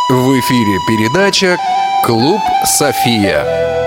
В эфире передача «Клуб София».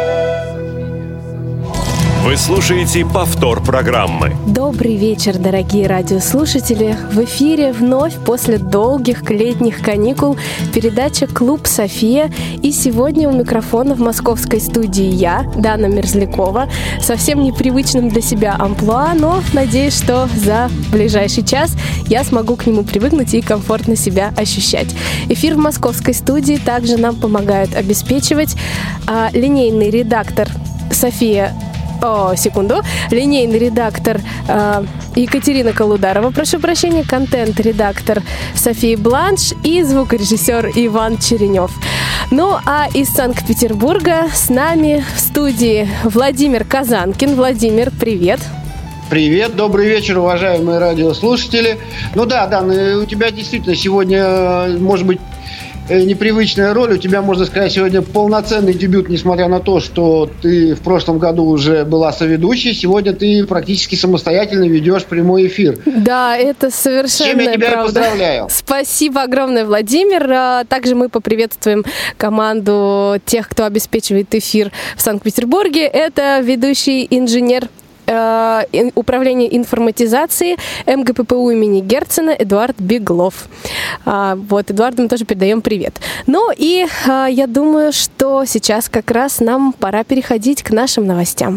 Вы слушаете повтор программы. Добрый вечер, дорогие радиослушатели. В эфире вновь после долгих летних каникул передача «Клуб София». И сегодня у микрофона в московской студии я, Дана Мерзлякова, совсем непривычным для себя амплуа, но надеюсь, что за ближайший час я смогу к нему привыкнуть и комфортно себя ощущать. Эфир в московской студии также нам помогают обеспечивать линейный редактор София. Линейный редактор Екатерина Колударова, прошу прощения, контент-редактор София Бланш и звукорежиссер Иван Черенев. Ну а из Санкт-Петербурга с нами в студии Владимир Казанкин. Владимир, привет. Привет, добрый вечер, уважаемые радиослушатели. Ну да, у тебя действительно сегодня, может быть, непривычная роль. У тебя, можно сказать, сегодня полноценный дебют, несмотря на то, что ты в прошлом году уже была соведущей. Сегодня ты практически самостоятельно ведешь прямой эфир. Да, это совершенно правда. Чем я тебя поздравляю. Спасибо огромное, Владимир. Также мы поприветствуем команду тех, кто обеспечивает эфир в Санкт-Петербурге. Это ведущий инженер управления информатизации МГППУ имени Герцена Эдуард Беглов. Эдуарду мы тоже передаем привет. Ну и я думаю, что сейчас как раз нам пора переходить к нашим новостям.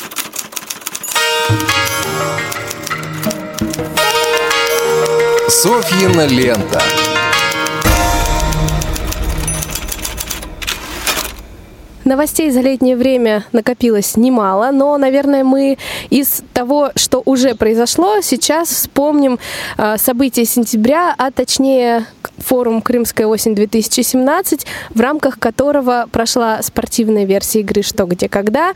Софьина лента. Новостей за летнее время накопилось немало, но, наверное, мы из того, что уже произошло, сейчас вспомним события сентября, а точнее форум «Крымская осень-2017», в рамках которого прошла спортивная версия игры «Что, где, когда».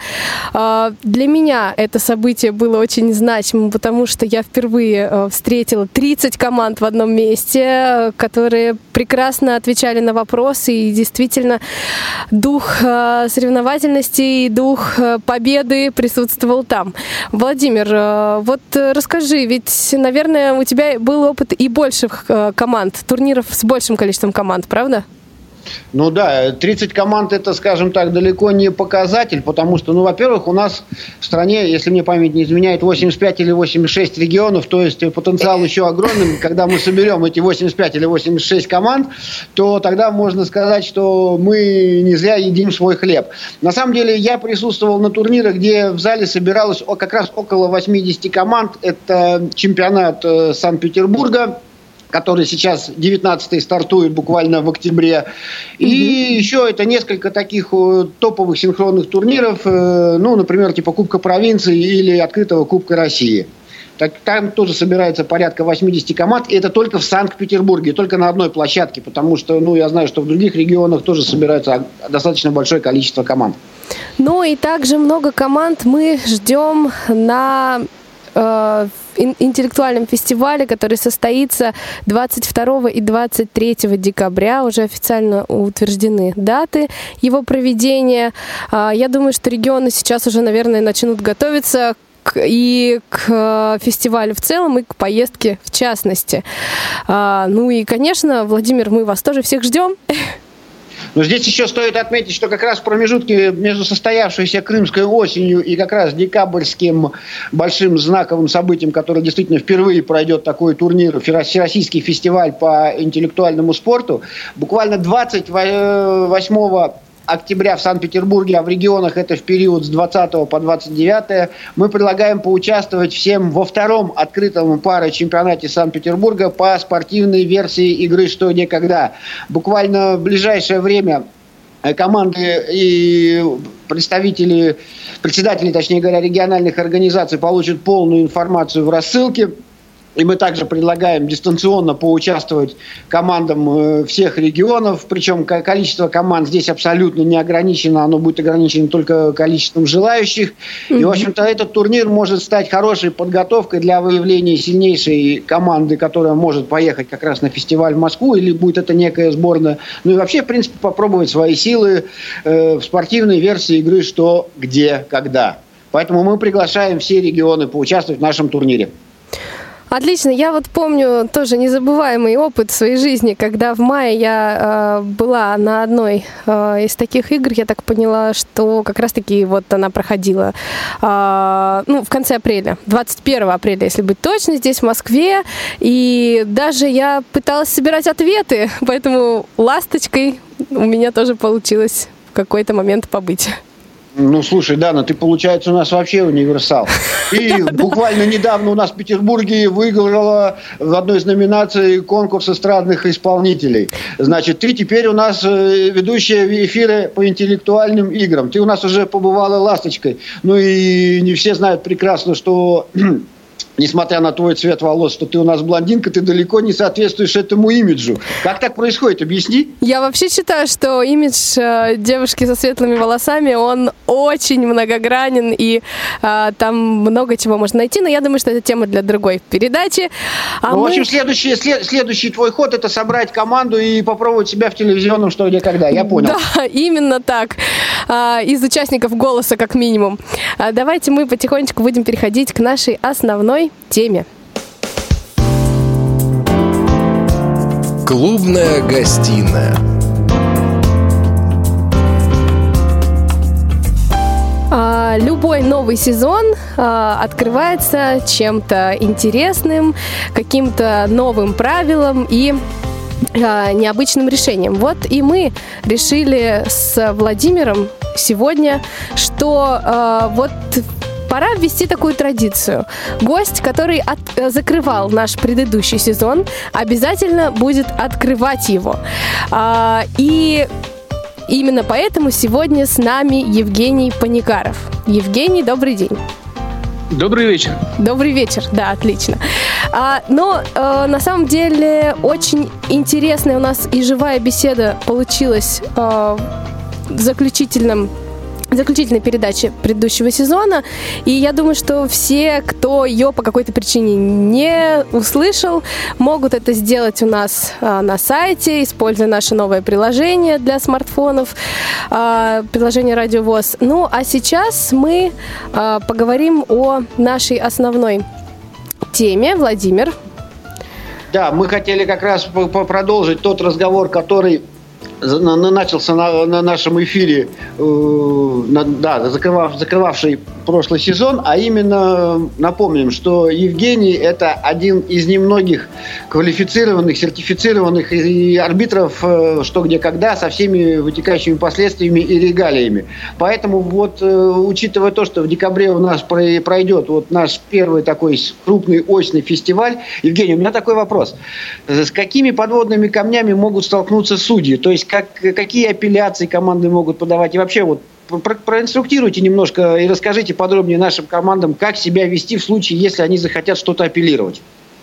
Для меня это событие было очень значимым, потому что я впервые встретила 30 команд в одном месте, которые прекрасно отвечали на вопросы, и действительно дух соревновательности и дух победы присутствовал там. Владимир, вот расскажи, ведь, наверное, у тебя был опыт и больших команд, турниров с большим количеством команд, правда? Ну да, 30 команд это, скажем так, далеко не показатель, потому что, во-первых, у нас в стране, если мне память не изменяет, 85 или 86 регионов, то есть потенциал еще огромный. Когда мы соберем эти 85 или 86 команд, то тогда можно сказать, что мы не зря едим свой хлеб. На самом деле, я присутствовал на турнирах, где в зале собиралось как раз около 80 команд. Это чемпионат Санкт-Петербурга, который сейчас 19-й стартует буквально в октябре. И еще это несколько таких топовых синхронных турниров, например, типа Кубка провинции или Открытого Кубка России. Там тоже собирается порядка 80 команд, и это только в Санкт-Петербурге, только на одной площадке, потому что, я знаю, что в других регионах тоже собирается достаточно большое количество команд. Ну и также много команд мы ждем на интеллектуальном фестивале, который состоится 22 и 23 декабря. Уже официально утверждены даты его проведения. Я думаю, что регионы сейчас уже, наверное, начнут готовиться и к фестивалю в целом, и к поездке в частности. И, конечно, Владимир, мы вас тоже всех ждем. Но здесь еще стоит отметить, что как раз в промежутке между состоявшейся Крымской осенью и как раз декабрьским большим знаковым событием, которое действительно впервые пройдет такой турнир, Всероссийский фестиваль по интеллектуальному спорту, буквально 28 октября в Санкт-Петербурге, а в регионах это в период с 20 по 29, мы предлагаем поучаствовать всем во втором открытом пара-чемпионате Санкт-Петербурга по спортивной версии игры «Что, где, когда». Буквально в ближайшее время команды и председатели, точнее говоря, региональных организаций получат полную информацию в рассылке. И мы также предлагаем дистанционно поучаствовать командам всех регионов. Причем количество команд здесь абсолютно не ограничено. Оно будет ограничено только количеством желающих. И, в общем-то, этот турнир может стать хорошей подготовкой для выявления сильнейшей команды, которая может поехать как раз на фестиваль в Москву. Или будет это некая сборная. Ну и вообще, в принципе, попробовать свои силы в спортивной версии игры «Что, где, когда». Поэтому мы приглашаем все регионы поучаствовать в нашем турнире. Отлично. Я вот помню тоже незабываемый опыт в своей жизни, когда в мае я была на одной из таких игр. Я так поняла, что как раз-таки вот она проходила в конце апреля, 21 апреля, если быть точно, здесь в Москве. И даже я пыталась собирать ответы, поэтому ласточкой у меня тоже получилось в какой-то момент побыть. Ну, слушай, Дана, ты, получается, у нас вообще универсал. И буквально недавно у нас в Петербурге выиграла в одной из номинаций конкурс эстрадных исполнителей. Значит, ты теперь у нас ведущая эфиры по интеллектуальным играм. Ты у нас уже побывала ласточкой. Ну и не все знают прекрасно, что... Несмотря на твой цвет волос, что ты у нас блондинка, ты далеко не соответствуешь этому имиджу. Как так происходит? Объясни. Я вообще считаю, что имидж девушки со светлыми волосами, он очень многогранен, и там много чего можно найти, но я думаю, что это тема для другой передачи. В общем, следующий твой ход – это собрать команду и попробовать себя в телевизионном «Что, где, когда». Я понял. Да, именно так. Из участников «Голоса» как минимум. Давайте мы потихонечку будем переходить к нашей основной теме. Клубная гостиная. Любой новый сезон открывается чем-то интересным, каким-то новым правилом и необычным решением. Вот и мы решили с Владимиром сегодня, что пора ввести такую традицию. Гость, который закрывал наш предыдущий сезон, обязательно будет открывать его. И именно поэтому сегодня с нами Евгений Паникаров. Евгений, добрый день. Добрый вечер. Добрый вечер, да, отлично. Но на самом деле очень интересная у нас и живая беседа получилась в заключительной передаче предыдущего сезона. И я думаю, что все, кто ее по какой-то причине не услышал, могут это сделать у нас на сайте, используя наше новое приложение для смартфонов, приложение «Радио ВОС». Ну, а сейчас мы поговорим о нашей основной теме. Владимир. Да, мы хотели как раз продолжить тот разговор, который начался на нашем эфире, закрывавший прошлый сезон, а именно напомним, что Евгений – это один из немногих квалифицированных, сертифицированных и арбитров «Что, где, когда» со всеми вытекающими последствиями и регалиями. Поэтому вот, учитывая то, что в декабре у нас пройдет вот наш первый такой крупный очный фестиваль, Евгений, у меня такой вопрос. С какими подводными камнями могут столкнуться судьи? То есть какие апелляции команды могут подавать? И вообще вот проинструктируйте немножко и расскажите подробнее нашим командам, как себя вести в случае, если они захотят что-то апеллировать.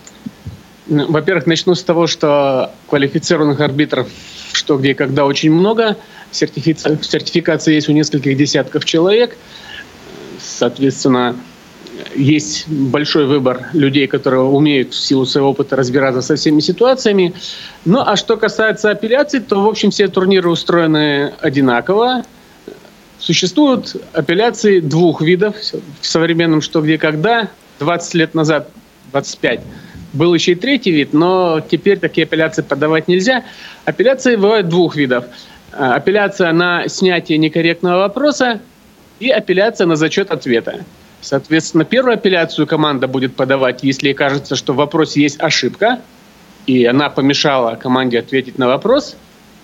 Во-первых, начну с того, что квалифицированных арбитров «Что, где, когда» очень много. Сертификация есть у нескольких десятков человек. Соответственно, есть большой выбор людей, которые умеют в силу своего опыта разбираться со всеми ситуациями. Ну, а что касается апелляций, то, в общем, все турниры устроены одинаково. Существуют апелляции двух видов в современном «Что, где, когда». 20 лет назад, 25, был еще и третий вид, но теперь такие апелляции подавать нельзя. Апелляции бывают двух видов. Апелляция на снятие некорректного вопроса и апелляция на зачет ответа. Соответственно, первую апелляцию команда будет подавать, если ей кажется, что в вопросе есть ошибка, и она помешала команде ответить на вопрос.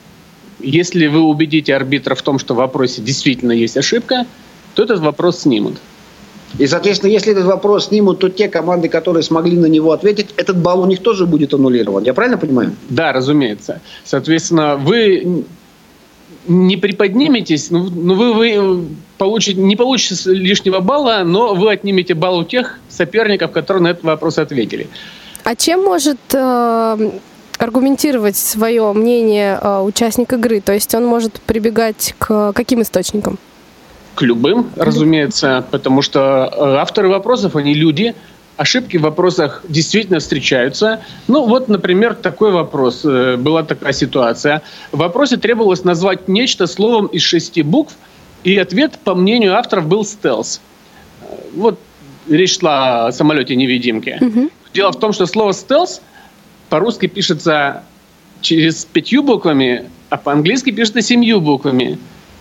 Если вы убедите арбитра в том, что в вопросе действительно есть ошибка, то этот вопрос снимут. И, соответственно, если этот вопрос снимут, то те команды, которые смогли на него ответить, этот балл у них тоже будет аннулирован. Я правильно понимаю? Да, разумеется. Соответственно, вы не приподниметесь, вы не получите лишнего балла, но вы отнимете балл у тех соперников, которые на этот вопрос ответили. А чем может аргументировать свое мнение участник игры? То есть он может прибегать к каким источникам? К любым, разумеется, потому что авторы вопросов, они люди. Ошибки в вопросах действительно встречаются. Ну вот, например, такой вопрос. Была такая ситуация. В вопросе требовалось назвать нечто словом из 6 букв, и ответ, по мнению авторов, был «стелс». Вот речь шла о самолете-невидимке. Дело в том, что слово «стелс» по-русски пишется через 5 буквами, а по-английски пишется 7 буквами.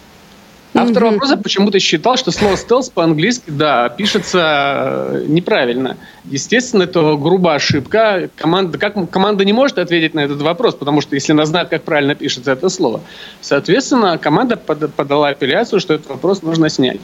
Автор вопроса почему-то считал, что слово «стелс» по-английски, да, пишется неправильно. Естественно, это грубая ошибка. Команда не может ответить на этот вопрос, потому что если она знает, как правильно пишется это слово. Соответственно, команда подала апелляцию, что этот вопрос нужно снять.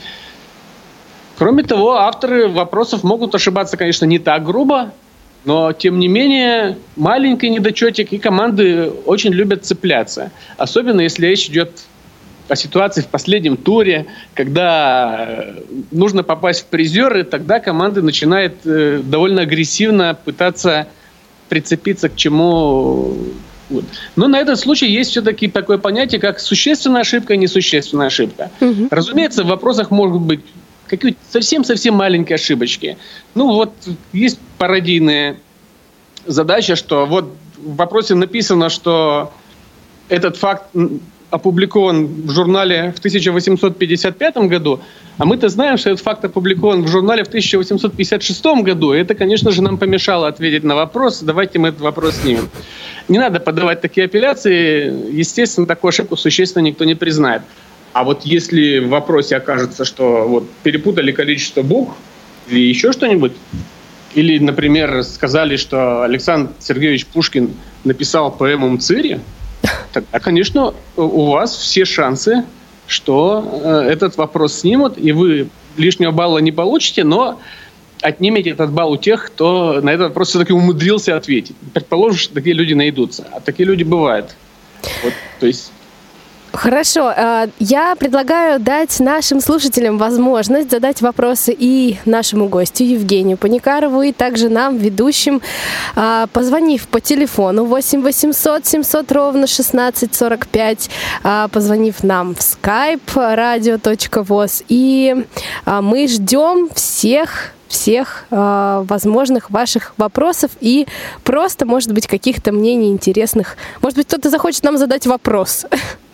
Кроме того, авторы вопросов могут ошибаться, конечно, не так грубо, но, тем не менее, маленький недочетик, и команды очень любят цепляться. Особенно, если речь идет о ситуации в последнем туре, когда нужно попасть в призеры, тогда команды начинают довольно агрессивно пытаться прицепиться к чему. Вот. Но на этот случай есть все-таки такое понятие, как существенная ошибка и несущественная ошибка. Разумеется, в вопросах могут быть какие-то совсем-совсем маленькие ошибочки. Ну вот есть пародийная задача, что вот в вопросе написано, что этот факт опубликован в журнале в 1855 году, а мы-то знаем, что этот факт опубликован в журнале в 1856 году, и это, конечно же, нам помешало ответить на вопрос, давайте мы этот вопрос снимем. Не надо подавать такие апелляции, естественно, такую ошибку существенно никто не признает. А вот если в вопросе окажется, что вот перепутали количество букв или еще что-нибудь, или, например, сказали, что Александр Сергеевич Пушкин написал поэму «Мцири», тогда, конечно, у вас все шансы, что этот вопрос снимут, и вы лишнего балла не получите, но отнимете этот балл у тех, кто на этот вопрос все-таки умудрился ответить. Предположим, что такие люди найдутся. А такие люди бывают. Вот, то есть... Хорошо. Я предлагаю дать нашим слушателям возможность задать вопросы и нашему гостю Евгению Паникарову, и также нам, ведущим, позвонив по телефону 8 800 700 ровно 1645, позвонив нам в skype radio.voz, и мы ждем всех возможных ваших вопросов и просто, может быть, каких-то мнений интересных. Может быть, кто-то захочет нам задать вопрос.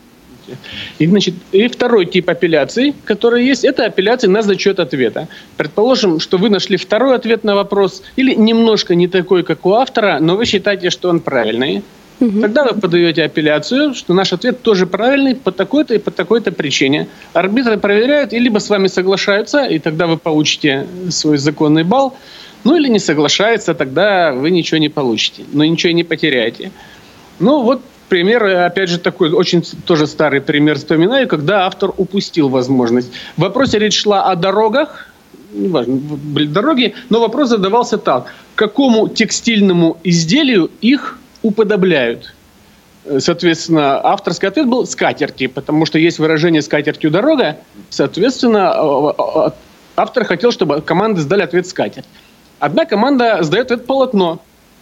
И, значит, и второй тип апелляций, который есть, это апелляции на зачет ответа. Предположим, что вы нашли второй ответ на вопрос, или немножко не такой, как у автора, но вы считаете, что он правильный. Тогда вы подаете апелляцию, что наш ответ тоже правильный по такой-то и по такой-то причине. Арбитры проверяют и либо с вами соглашаются, и тогда вы получите свой законный балл, ну или не соглашаются, тогда вы ничего не получите, но ничего и не потеряете. Ну вот пример, опять же, такой очень тоже старый пример вспоминаю, когда автор упустил возможность. В вопросе речь шла о дорогах, неважно, были дороги, но вопрос задавался так: к какому текстильному изделию их уподобляют? Соответственно, авторский ответ был скатерти, потому что есть выражение «скатертью дорога». Соответственно, автор хотел, чтобы команды сдали ответ «скатерть». Одна команда сдает ответ «полотно».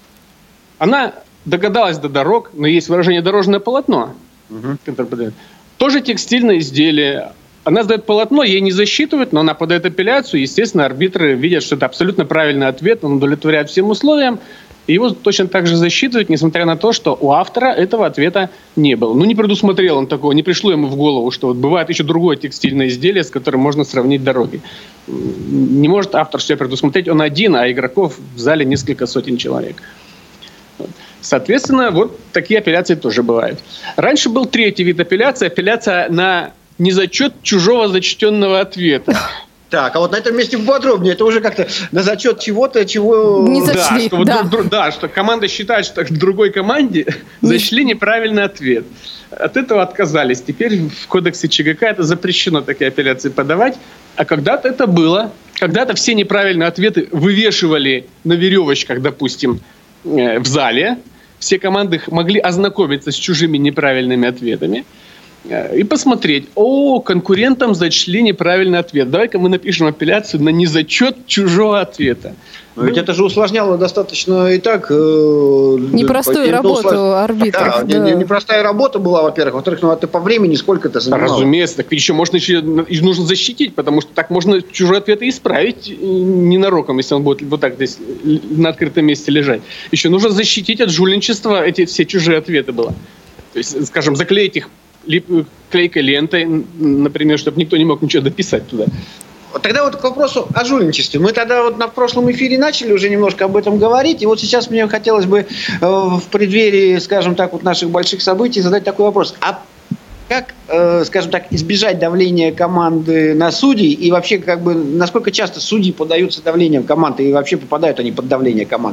Она догадалась до дорог, но есть выражение «дорожное полотно». Тоже текстильное изделие. Она сдает полотно, ей не засчитывают, но она подает апелляцию. Естественно, арбитры видят, что это абсолютно правильный ответ, он удовлетворяет всем условиям. И его точно так же засчитывают, несмотря на то, что у автора этого ответа не было. Ну, не предусмотрел он такого, не пришло ему в голову, что вот бывает еще другое текстильное изделие, с которым можно сравнить дороги. Не может автор все предусмотреть, он один, а игроков в зале несколько сотен человек. Соответственно, вот такие апелляции тоже бывают. Раньше был третий вид апелляции, апелляция на незачет чужого зачтенного ответа. Так, а вот на этом месте поподробнее. Это уже как-то на зачет чего-то, чего... Не зачли, что команда считает, что другой команде зачли неправильный ответ. От этого отказались. Теперь в кодексе ЧГК это запрещено, такие апелляции подавать. А когда-то это было. Когда-то все неправильные ответы вывешивали на веревочках, допустим, в зале. Все команды могли ознакомиться с чужими неправильными ответами и посмотреть: конкурентам зачли неправильный ответ. Давай-ка мы напишем апелляцию на незачет чужого ответа. Но ведь это же усложняло достаточно и так... непростую работу арбитров. Да. Непростая работа была, во-первых. Во-вторых, это по времени сколько это занимало. Разумеется. Так еще нужно защитить, потому что так можно чужой ответ и исправить ненароком, если он будет вот так здесь на открытом месте лежать. Еще нужно защитить от жульничества эти все чужие ответы было. То есть, скажем, заклеить их клейкой лентой, например, чтобы никто не мог ничего дописать туда. Тогда вот к вопросу о жульничестве. Мы тогда вот на прошлом эфире начали уже немножко об этом говорить, и вот сейчас мне хотелось бы в преддверии, скажем так, вот наших больших событий задать такой вопрос. А как, скажем так, избежать давления команды на судей, и вообще, как бы, насколько часто судьи поддаются давлением команды, и вообще попадают они под давление команд?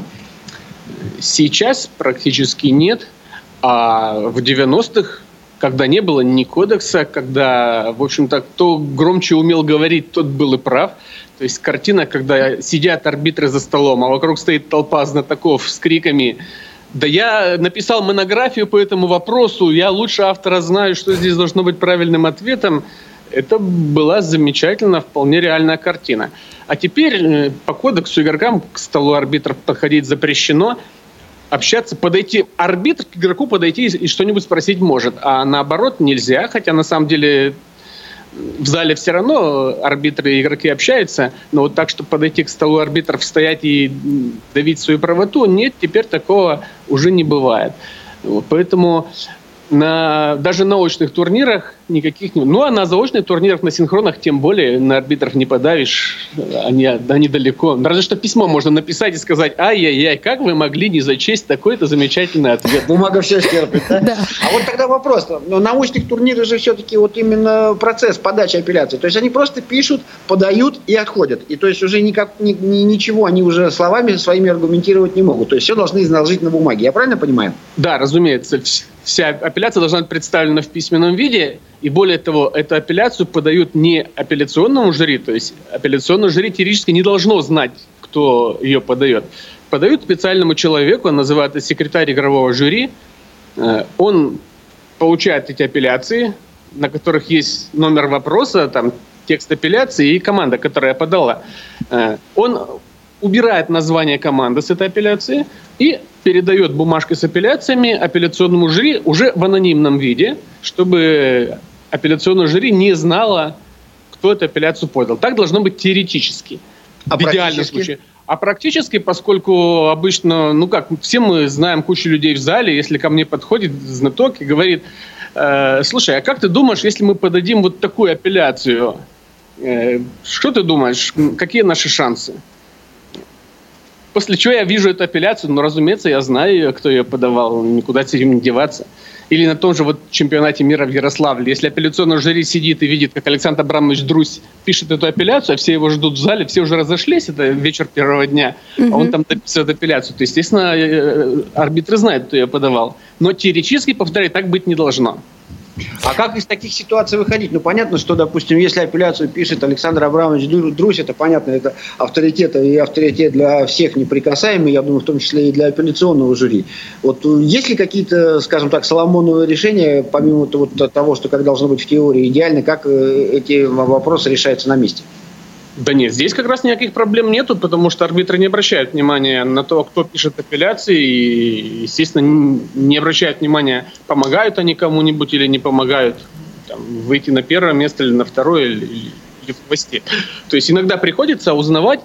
Сейчас практически нет, а в 90-х, когда не было ни кодекса, когда, в общем-то, кто громче умел говорить, тот был и прав. То есть картина, когда сидят арбитры за столом, а вокруг стоит толпа знатоков с криками: «Да я написал монографию по этому вопросу, я лучше автора знаю, что здесь должно быть правильным ответом». Это была замечательная, вполне реальная картина. А теперь по кодексу игрокам к столу арбитров подходить запрещено. Общаться, подойти, арбитр к игроку подойти и что-нибудь спросить может, а наоборот нельзя, хотя на самом деле в зале все равно арбитры и игроки общаются, но вот так, чтобы подойти к столу арбитров, стоять и давить свою правоту, нет, теперь такого уже не бывает. Поэтому даже на очных турнирах никаких не... Ну, а на заочных турнирах, на синхронах, тем более, на арбитров не подавишь, они далеко. Разве что письмо можно написать и сказать: ай-яй-яй, как вы могли не зачесть такой-то замечательный ответ. Бумага все стерпит, да? Да. А вот тогда вопрос. На очных турнирах же все-таки вот именно процесс подачи апелляции. То есть они просто пишут, подают и отходят. И то есть уже ничего они уже словами своими аргументировать не могут. То есть все должны изложить на бумаге. Я правильно понимаю? Да, разумеется. Вся апелляция должна быть представлена в письменном виде, и более того, эту апелляцию подают не апелляционному жюри, то есть апелляционное жюри теоретически не должно знать, кто ее подает. Подают специальному человеку, он называется секретарь игрового жюри, он получает эти апелляции, на которых есть номер вопроса, там текст апелляции и команда, которая подала. Он убирает название команды с этой апелляции и передает бумажку с апелляциями апелляционному жюри уже в анонимном виде, чтобы апелляционное жюри не знало, кто эту апелляцию подал. Так должно быть теоретически. В идеальном случае. А практически, поскольку обычно, все мы знаем кучу людей в зале, если ко мне подходит знаток и говорит: слушай, а как ты думаешь, если мы подадим вот такую апелляцию, что ты думаешь, какие наши шансы? После чего я вижу эту апелляцию, разумеется, я знаю, кто ее подавал, никуда с этим не деваться. Или на том же чемпионате мира в Ярославле. Если апелляционное жюри сидит и видит, как Александр Абрамович Друзь пишет эту апелляцию, а все его ждут в зале, все уже разошлись, это вечер первого дня, а он там дописывает апелляцию. То, естественно, арбитры знают, кто ее подавал. Но теоретически, повторяю, так быть не должно. А как из таких ситуаций выходить? Понятно, что, допустим, если апелляцию пишет Александр Абрамович Друзь, это понятно, это авторитет, и авторитет для всех неприкасаемый, я думаю, в том числе и для апелляционного жюри. Вот есть ли какие-то, скажем так, соломоновые решения, помимо того, что как должно быть в теории идеально, как эти вопросы решаются на месте? Да нет, здесь как раз никаких проблем нету, потому что арбитры не обращают внимания на то, кто пишет апелляции, и, естественно, не обращают внимания, помогают они кому-нибудь или не помогают выйти на первое место или на второе, или в хвосте. То есть иногда приходится узнавать,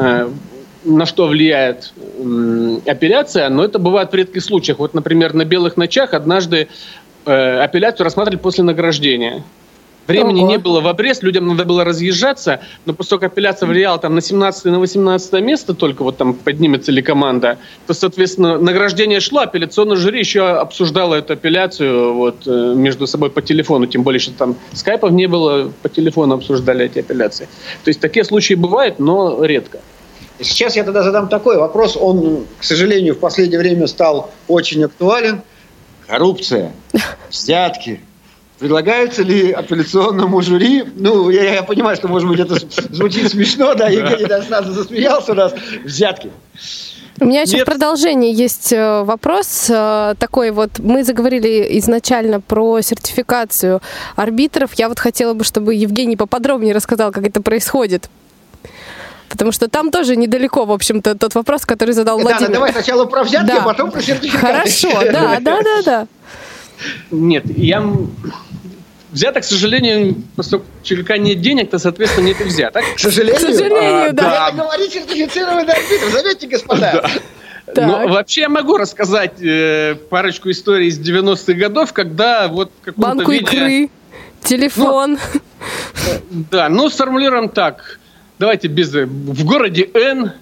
на что влияет апелляция, но это бывает в редких случаях. Вот, например, на «Белых ночах» однажды апелляцию рассматривали после награждения. Времени не было в обрез, людям надо было разъезжаться, но поскольку апелляция влияла на 17 на 18 место, только поднимется ли команда, то, соответственно, награждение шло, апелляционное жюри еще обсуждало эту апелляцию между собой по телефону, тем более, что там скайпов не было, по телефону обсуждали эти апелляции. То есть такие случаи бывают, но редко. Сейчас я тогда задам такой вопрос, он, к сожалению, в последнее время стал очень актуален. Коррупция, взятки. Предлагаются ли апелляционному жюри, я понимаю, что, может быть, это звучит смешно, да, Евгений даже сразу засмеялся у нас, взятки. У меня еще в продолжении есть вопрос такой мы заговорили изначально про сертификацию арбитров, я хотела бы, чтобы Евгений поподробнее рассказал, как это происходит. Потому что там тоже недалеко, в общем-то, тот вопрос, который задал Владимир. Да, давай сначала про взятки, а потом про сертификацию. Хорошо, да. Нет, взяток, к сожалению, поскольку у человека нет денег, то, соответственно, нет и взяток. К сожалению, да. Это говорит сертифицированный арбитр, заметьте, господа. Да. Но вообще я могу рассказать парочку историй из 90-х годов, когда в каком-то банку икры, телефон. сформулируем так. давайте в городе Н.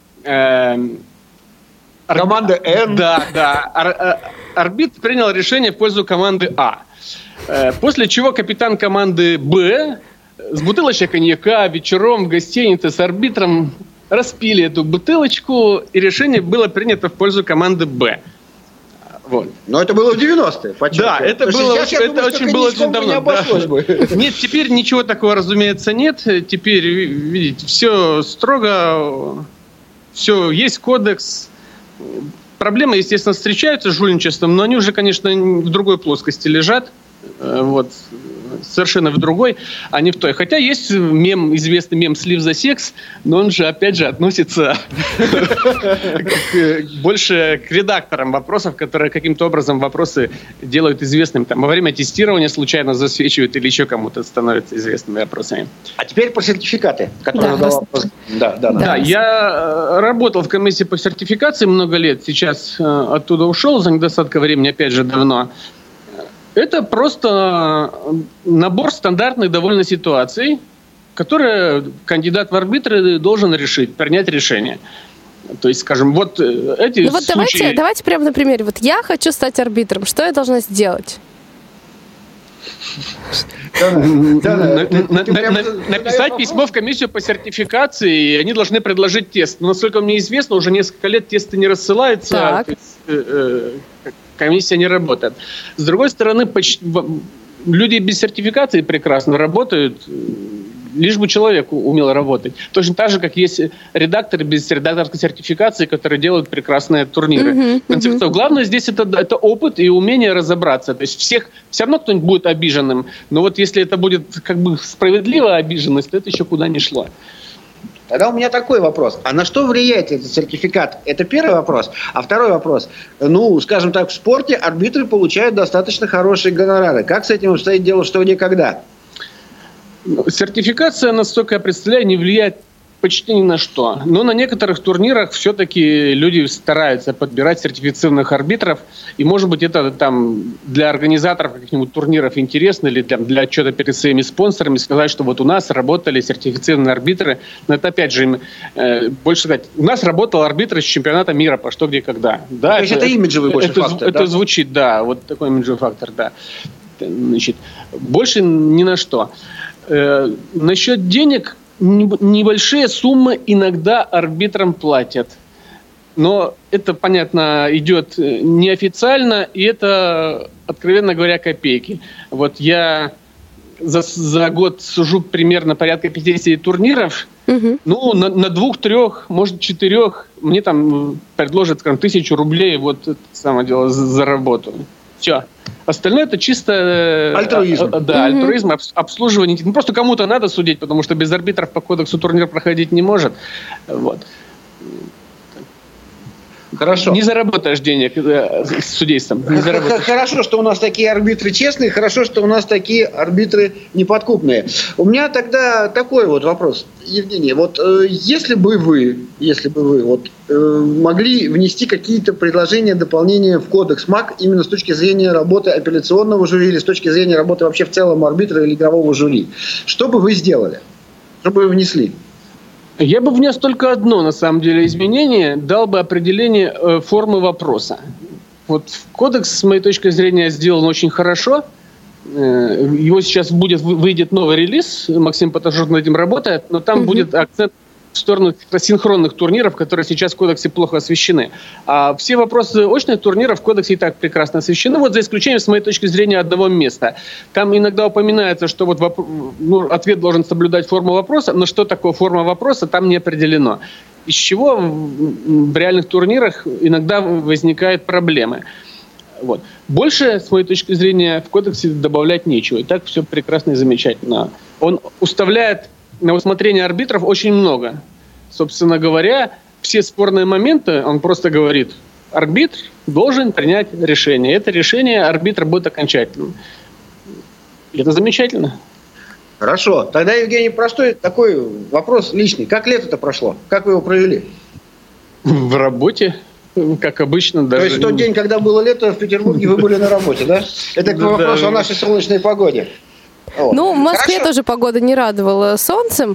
Команда Н. Да. Арбитр принял решение в пользу команды А. После чего капитан команды Б с бутылочкой коньяка вечером в гостинице с арбитром распили эту бутылочку, и решение было принято в пользу команды Б. Вот. Но это было в 90-е. Да, это очень было очень давно. Да. Нет, теперь ничего такого, разумеется, нет. Теперь, видите, все строго, все есть кодекс. Проблемы, естественно, встречаются с жульничеством, но они уже, конечно, в другой плоскости лежат. Вот, совершенно в другой, а не в той. Хотя есть известный мем «Слив за секс», но он же, опять же, относится больше к редакторам вопросов, которые каким-то образом вопросы делают известными. Там, во время тестирования случайно засвечивают или еще кому-то становятся известными вопросами. А теперь про сертификаты, которые Да, я работал в комиссии по сертификации много лет, сейчас оттуда ушел за недостатка времени, опять же, давно. Это просто набор стандартных довольно ситуаций, которые кандидат в арбитры должен решить, принять решение. То есть, скажем, вот эти случаи... Давайте прямо на примере. Вот я хочу стать арбитром. Что я должна сделать? Написать письмо в комиссию по сертификации, и они должны предложить тест. Но, насколько мне известно, уже несколько лет тесты не рассылаются. Комиссия не работает. С другой стороны, люди без сертификации прекрасно работают, лишь бы человек умел работать. Точно так же, как есть редакторы без редакторской сертификации, которые делают прекрасные турниры. В конце концов, главное здесь это опыт и умение разобраться. То есть все равно кто-нибудь будет обиженным, но вот если это будет как бы справедливая обиженность, то это еще куда ни шло. Тогда у меня такой вопрос. А на что влияет этот сертификат? Это первый вопрос. А второй вопрос. Ну, скажем так, в спорте арбитры получают достаточно хорошие гонорары. Как с этим обстоит дело, что где, когда? Сертификация, насколько я представляю, не влияет почти ни на что. Но на некоторых турнирах все-таки люди стараются подбирать сертифицированных арбитров. И, может быть, это там для организаторов каких-нибудь турниров интересно, или там, для отчета перед своими спонсорами сказать, что вот у нас работали сертифицированные арбитры. Но это, опять же, больше сказать, у нас работал арбитр из чемпионата мира по что, где, когда. Да, то есть это имиджевый больше фактор, это звучит, да, вот такой имиджевый фактор, да. Значит, больше ни на что. Насчет денег, небольшие суммы иногда арбитрам платят. Но это, понятно, идет неофициально, и это, откровенно говоря, копейки. Вот я за год сужу примерно порядка 50 турниров. Ну, на 2-3, может, 4 мне там предложат, скажем, 1000 рублей, вот это самое дело, за работу. Все. Остальное это чисто альтруизм. Альтруизм, обслуживание. Ну, просто кому-то надо судить, потому что без арбитров по кодексу турнир проходить не может. Вот. Хорошо. Не заработаешь денег с судейством. Хорошо, что у нас такие арбитры честные, хорошо, что у нас такие арбитры неподкупные. У меня тогда такой вот вопрос, Евгений. Вот если бы вы вот, могли внести какие-то предложения, дополнения в кодекс МАК именно с точки зрения работы апелляционного жюри или с точки зрения работы вообще в целом арбитра или игрового жюри, что бы вы сделали? Что бы вы внесли? Я бы внес только одно, на самом деле, изменение, дал бы определение формы вопроса. Вот кодекс, с моей точки зрения, сделан очень хорошо. Его сейчас выйдет новый релиз, Максим Поташов над этим работает, но там будет акцент в сторону синхронных турниров, которые сейчас в кодексе плохо освещены. А все вопросы очных турниров в кодексе и так прекрасно освещены, вот за исключением, с моей точки зрения, одного места. Там иногда упоминается, что вот ответ должен соблюдать форму вопроса, но что такое форма вопроса, там не определено. Из чего в реальных турнирах иногда возникают проблемы. Вот. Больше, с моей точки зрения, в кодексе добавлять нечего. И так все прекрасно и замечательно. Он уставляет на усмотрение арбитров очень много. Собственно говоря, все спорные моменты, он просто говорит, арбитр должен принять решение. Это решение арбитра будет окончательным. И это замечательно. Хорошо. Тогда, Евгений, простой такой вопрос личный. Как лето-то прошло? Как вы его провели? В работе. Как обычно. То есть в тот день, когда было лето, в Петербурге вы были на работе, да? Это к вопросу о нашей солнечной погоде. Вот. Ну, в Москве Хорошо. тоже погода не радовала солнцем,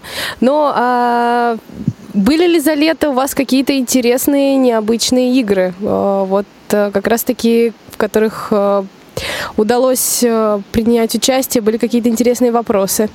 но были ли за лето у вас какие-то интересные, необычные игры? Вот как раз-таки, в которых удалось принять участие, были какие-то интересные вопросы?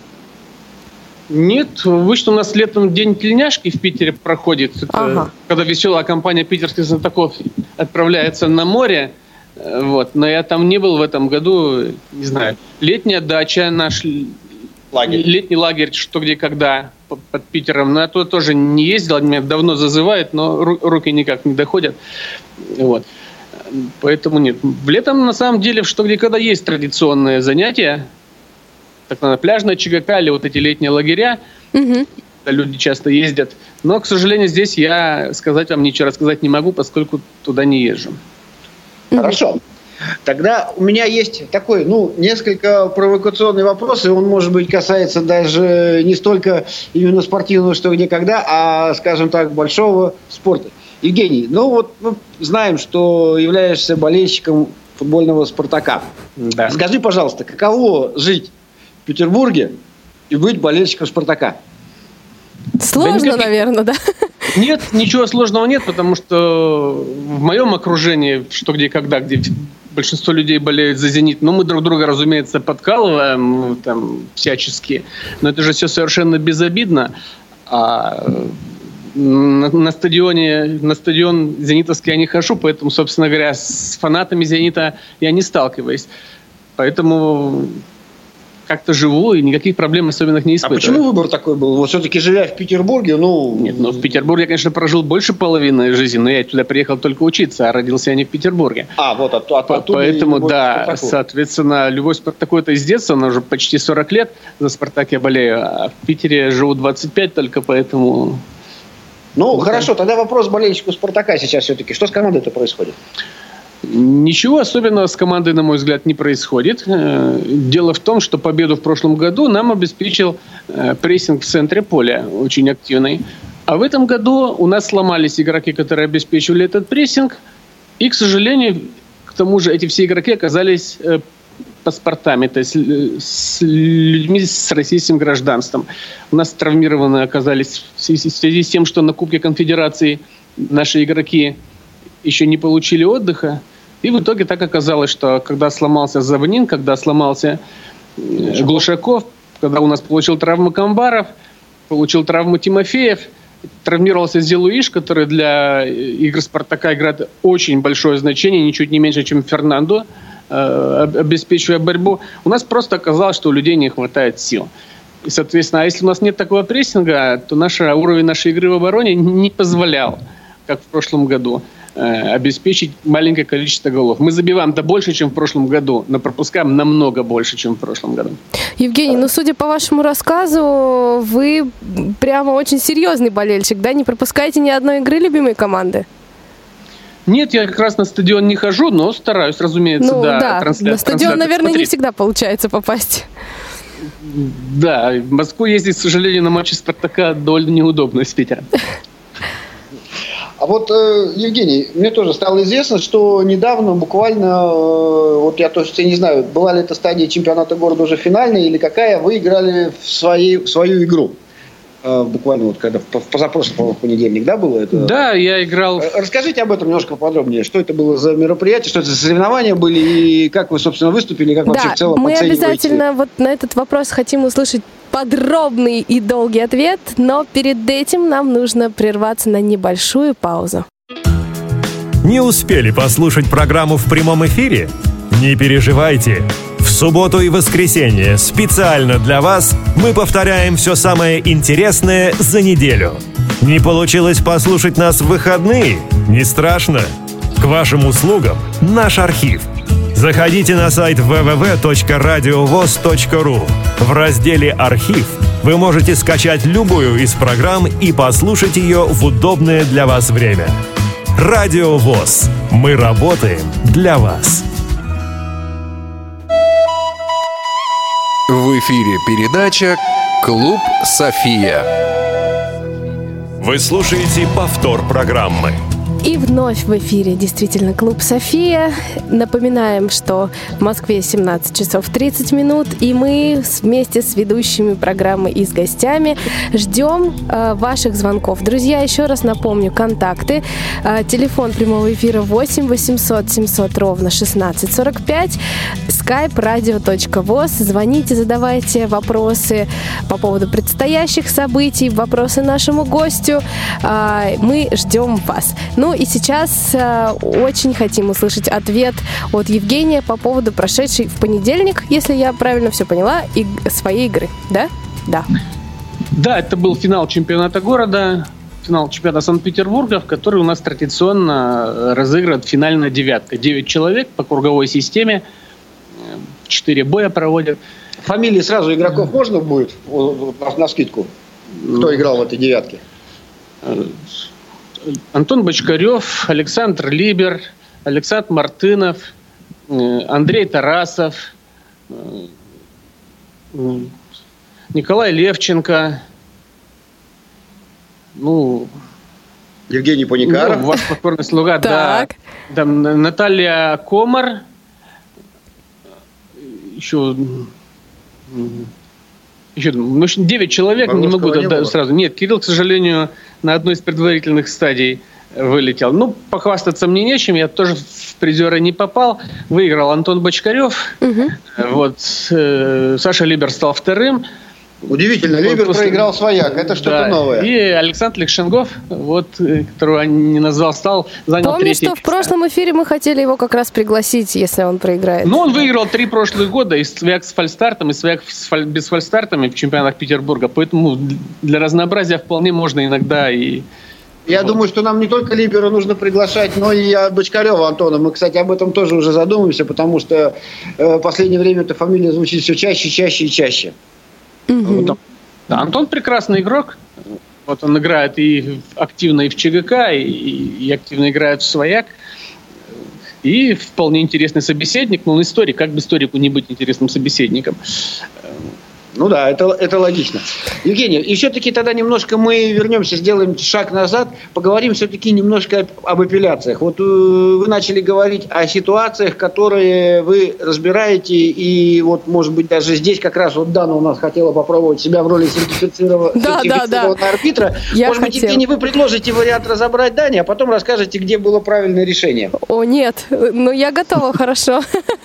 Нет, обычно у нас летом день тельняшки в Питере проходит. Ага. Когда веселая компания питерских знатоков отправляется на море. Вот. Но я там не был в этом году, не знаю. Летняя дача, наш летний лагерь, что где когда под Питером. Но я туда тоже не ездил, меня давно зазывают, но руки никак не доходят. Вот. Поэтому нет. Летом на самом деле что где когда есть традиционные занятия. Так на пляжная ЧГК или вот эти летние лагеря. Угу. Люди часто ездят. Но, к сожалению, здесь я сказать вам ничего рассказать не могу, поскольку туда не езжу. Хорошо. Тогда у меня есть такой, несколько провокационный вопрос, и он, может быть, касается даже не столько именно спортивного что где когда, а, скажем так, большого спорта. Евгений, мы знаем, что являешься болельщиком футбольного «Спартака». Да. Скажи, пожалуйста, каково жить в Петербурге и быть болельщиком «Спартака»? Сложно, наверное, да? Нет, ничего сложного нет, потому что в моем окружении, что где когда, где большинство людей болеют за «Зенит», мы друг друга, разумеется, подкалываем там всячески, но это же все совершенно безобидно. А на стадион зенитовский я не хожу, поэтому, собственно говоря, с фанатами «Зенита» я не сталкиваюсь. Поэтому как-то живу и никаких проблем особенных не испытываю. А почему выбор такой был? Вот все-таки живя в Петербурге, Нет, в Петербурге я, конечно, прожил больше половины жизни, но я туда приехал только учиться, а родился я не в Петербурге. Оттуда. Поэтому, да, соответственно, любовь к «Спартаку» это из детства, она уже почти 40 лет за «Спартак» я болею, а в Питере живу 25 только, поэтому... Хорошо, тогда вопрос болельщику «Спартака» сейчас все-таки. Что с командой-то происходит? Ничего особенного с командой, на мой взгляд, не происходит. Дело в том, что победу в прошлом году нам обеспечил прессинг в центре поля, очень активный. А в этом году у нас сломались игроки, которые обеспечивали этот прессинг. И, к сожалению, к тому же эти все игроки оказались паспортами, то есть с людьми с российским гражданством. У нас травмированы оказались в связи с тем, что на Кубке Конфедерации наши игроки еще не получили отдыха. И в итоге так оказалось, что когда сломался Забнин, когда сломался Глушаков, когда у нас получил травму Камбаров, получил травму Тимофеев, травмировался Зелуиш, который для игр «Спартака» играет очень большое значение, ничуть не меньше, чем Фернандо, обеспечивая борьбу. У нас просто оказалось, что у людей не хватает сил. И, соответственно, если у нас нет такого прессинга, то уровень нашей игры в обороне не позволял, как в прошлом году, обеспечить маленькое количество голов. Мы забиваем-то больше, чем в прошлом году, но пропускаем намного больше, чем в прошлом году. Евгений, судя по вашему рассказу, вы прямо очень серьезный болельщик, да? Не пропускаете ни одной игры любимой команды? Нет, я как раз на стадион не хожу, но стараюсь, разумеется, на стадион, наверное, не всегда получается попасть. Да, в Москву ездить, к сожалению, на матчи «Спартака» довольно неудобно из Питера. А Евгений, мне тоже стало известно, что недавно, буквально, я точно не знаю, была ли это стадия чемпионата города уже финальная или какая, вы играли в свою игру. Буквально когда в позапрошлый понедельник, да, было это? Да, я играл. Расскажите об этом немножко подробнее. Что это было за мероприятие, что это за соревнования были и как вы, собственно, выступили, как вообще в целом мы оцениваете? Обязательно на этот вопрос хотим услышать подробный и долгий ответ, но перед этим нам нужно прерваться на небольшую паузу. Не успели послушать программу в прямом эфире? Не переживайте. В субботу и воскресенье специально для вас мы повторяем все самое интересное за неделю. Не получилось послушать нас в выходные? Не страшно. К вашим услугам наш архив. Заходите на сайт www.radiovoz.ru. В разделе «Архив» вы можете скачать любую из программ и послушать ее в удобное для вас время. Радио ВОС. Мы работаем для вас. В эфире передача «Клуб София». Вы слушаете повтор программы. И вновь в эфире действительно клуб «София». Напоминаем, что в Москве 17 часов 30 минут, и мы вместе с ведущими программы и с гостями ждем ваших звонков. Друзья, еще раз напомню, контакты. Телефон прямого эфира 8 800 700 ровно 1645. Skype radio.voz. Звоните, задавайте вопросы по поводу предстоящих событий, вопросы нашему гостю. Мы ждем вас. Ну и сейчас очень хотим услышать ответ от Евгения по поводу прошедшей в понедельник, если я правильно все поняла, своей игры, да? Да. Да, это был финал чемпионата города, финал чемпионата Санкт-Петербурга, в который у нас традиционно разыгрывает финальная девятка. 9 человек по круговой системе, 4 боя проводят. Фамилии сразу игроков можно будет навскидку? Кто играл в этой девятке? Антон Бочкарев, Александр Либер, Александр Мартынов, Андрей Тарасов, Николай Левченко, Евгений Паникаров. Ваш покорный слуга, да. Наталья Комар, еще 9 человек, не могу сразу. Нет, Кирилл, к сожалению, на одной из предварительных стадий вылетел. Похвастаться мне нечем, я тоже в призеры не попал. Выиграл Антон Бочкарев. Угу. Саша Либер стал вторым. Удивительно, Либер проиграл свояк, это что-то новое. И Александр Лексшенгов, которого я не назвал, занял Помню, третий. Что в прошлом эфире мы хотели его как раз пригласить, если он проиграет. Он выиграл 3 прошлых года, и свояк с фальстартом, и свояк без фальстартами в чемпионатах Петербурга, поэтому для разнообразия вполне можно иногда и... Я думаю, что нам не только Либера нужно приглашать, но и Бочкарева Антона. Мы, кстати, об этом тоже уже задумываемся, потому что в последнее время эта фамилия звучит все чаще и чаще. Угу. Антон прекрасный игрок. Он играет и активно и в ЧГК, и активно играет в свояк. И вполне интересный собеседник. Он историк. Как бы историку не быть интересным собеседником? Ну да, это логично. Евгений, и все-таки тогда немножко мы вернемся, сделаем шаг назад, поговорим все-таки немножко об апелляциях. Вы начали говорить о ситуациях, которые вы разбираете, и может быть, даже здесь как раз Дана у нас хотела попробовать себя в роли сертифицированного арбитра. Может быть, Евгений, вы предложите вариант разобрать Дане, а потом расскажете, где было правильное решение. О, нет, я готова, хорошо.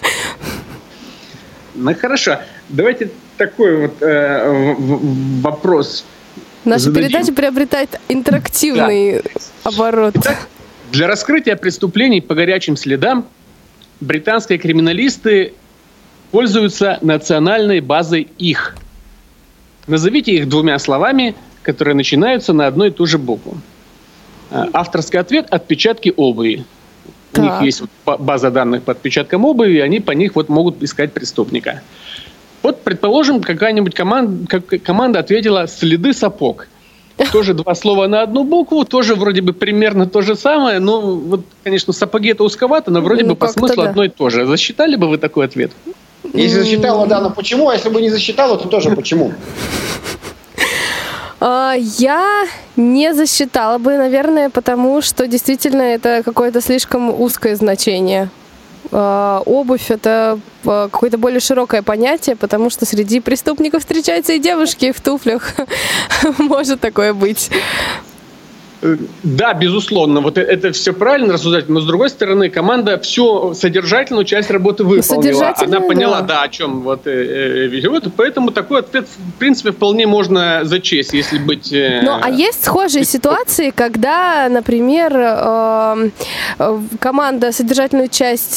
Хорошо, давайте такой вопрос. Наша передача приобретает интерактивный оборот. Итак, для раскрытия преступлений по горячим следам британские криминалисты пользуются национальной базой их. Назовите их 2 словами, которые начинаются на одну и ту же букву. Авторский ответ – отпечатки обуви. У них есть база данных по отпечаткам обуви, и они по них могут искать преступника. Предположим, какая-нибудь команда ответила «следы сапог». Тоже 2 слова на одну букву, тоже вроде бы примерно то же самое. Конечно, сапоги это узковато, но вроде бы по смыслу одно и то же. Засчитали бы вы такой ответ? Если засчитала Дана, почему? А если бы не засчитала, то тоже почему? Я не засчитала бы, наверное, потому что действительно это какое-то слишком узкое значение. Обувь – это какое-то более широкое понятие, потому что среди преступников встречаются и девушки в туфлях. Может такое быть. Да, безусловно, это все правильно рассуждать, но с другой стороны, команда всю содержательную часть работы выполнила. Она поняла, о чем поэтому такой ответ, в принципе, вполне можно зачесть, если быть... А есть схожие ситуации, когда, например, команда содержательную часть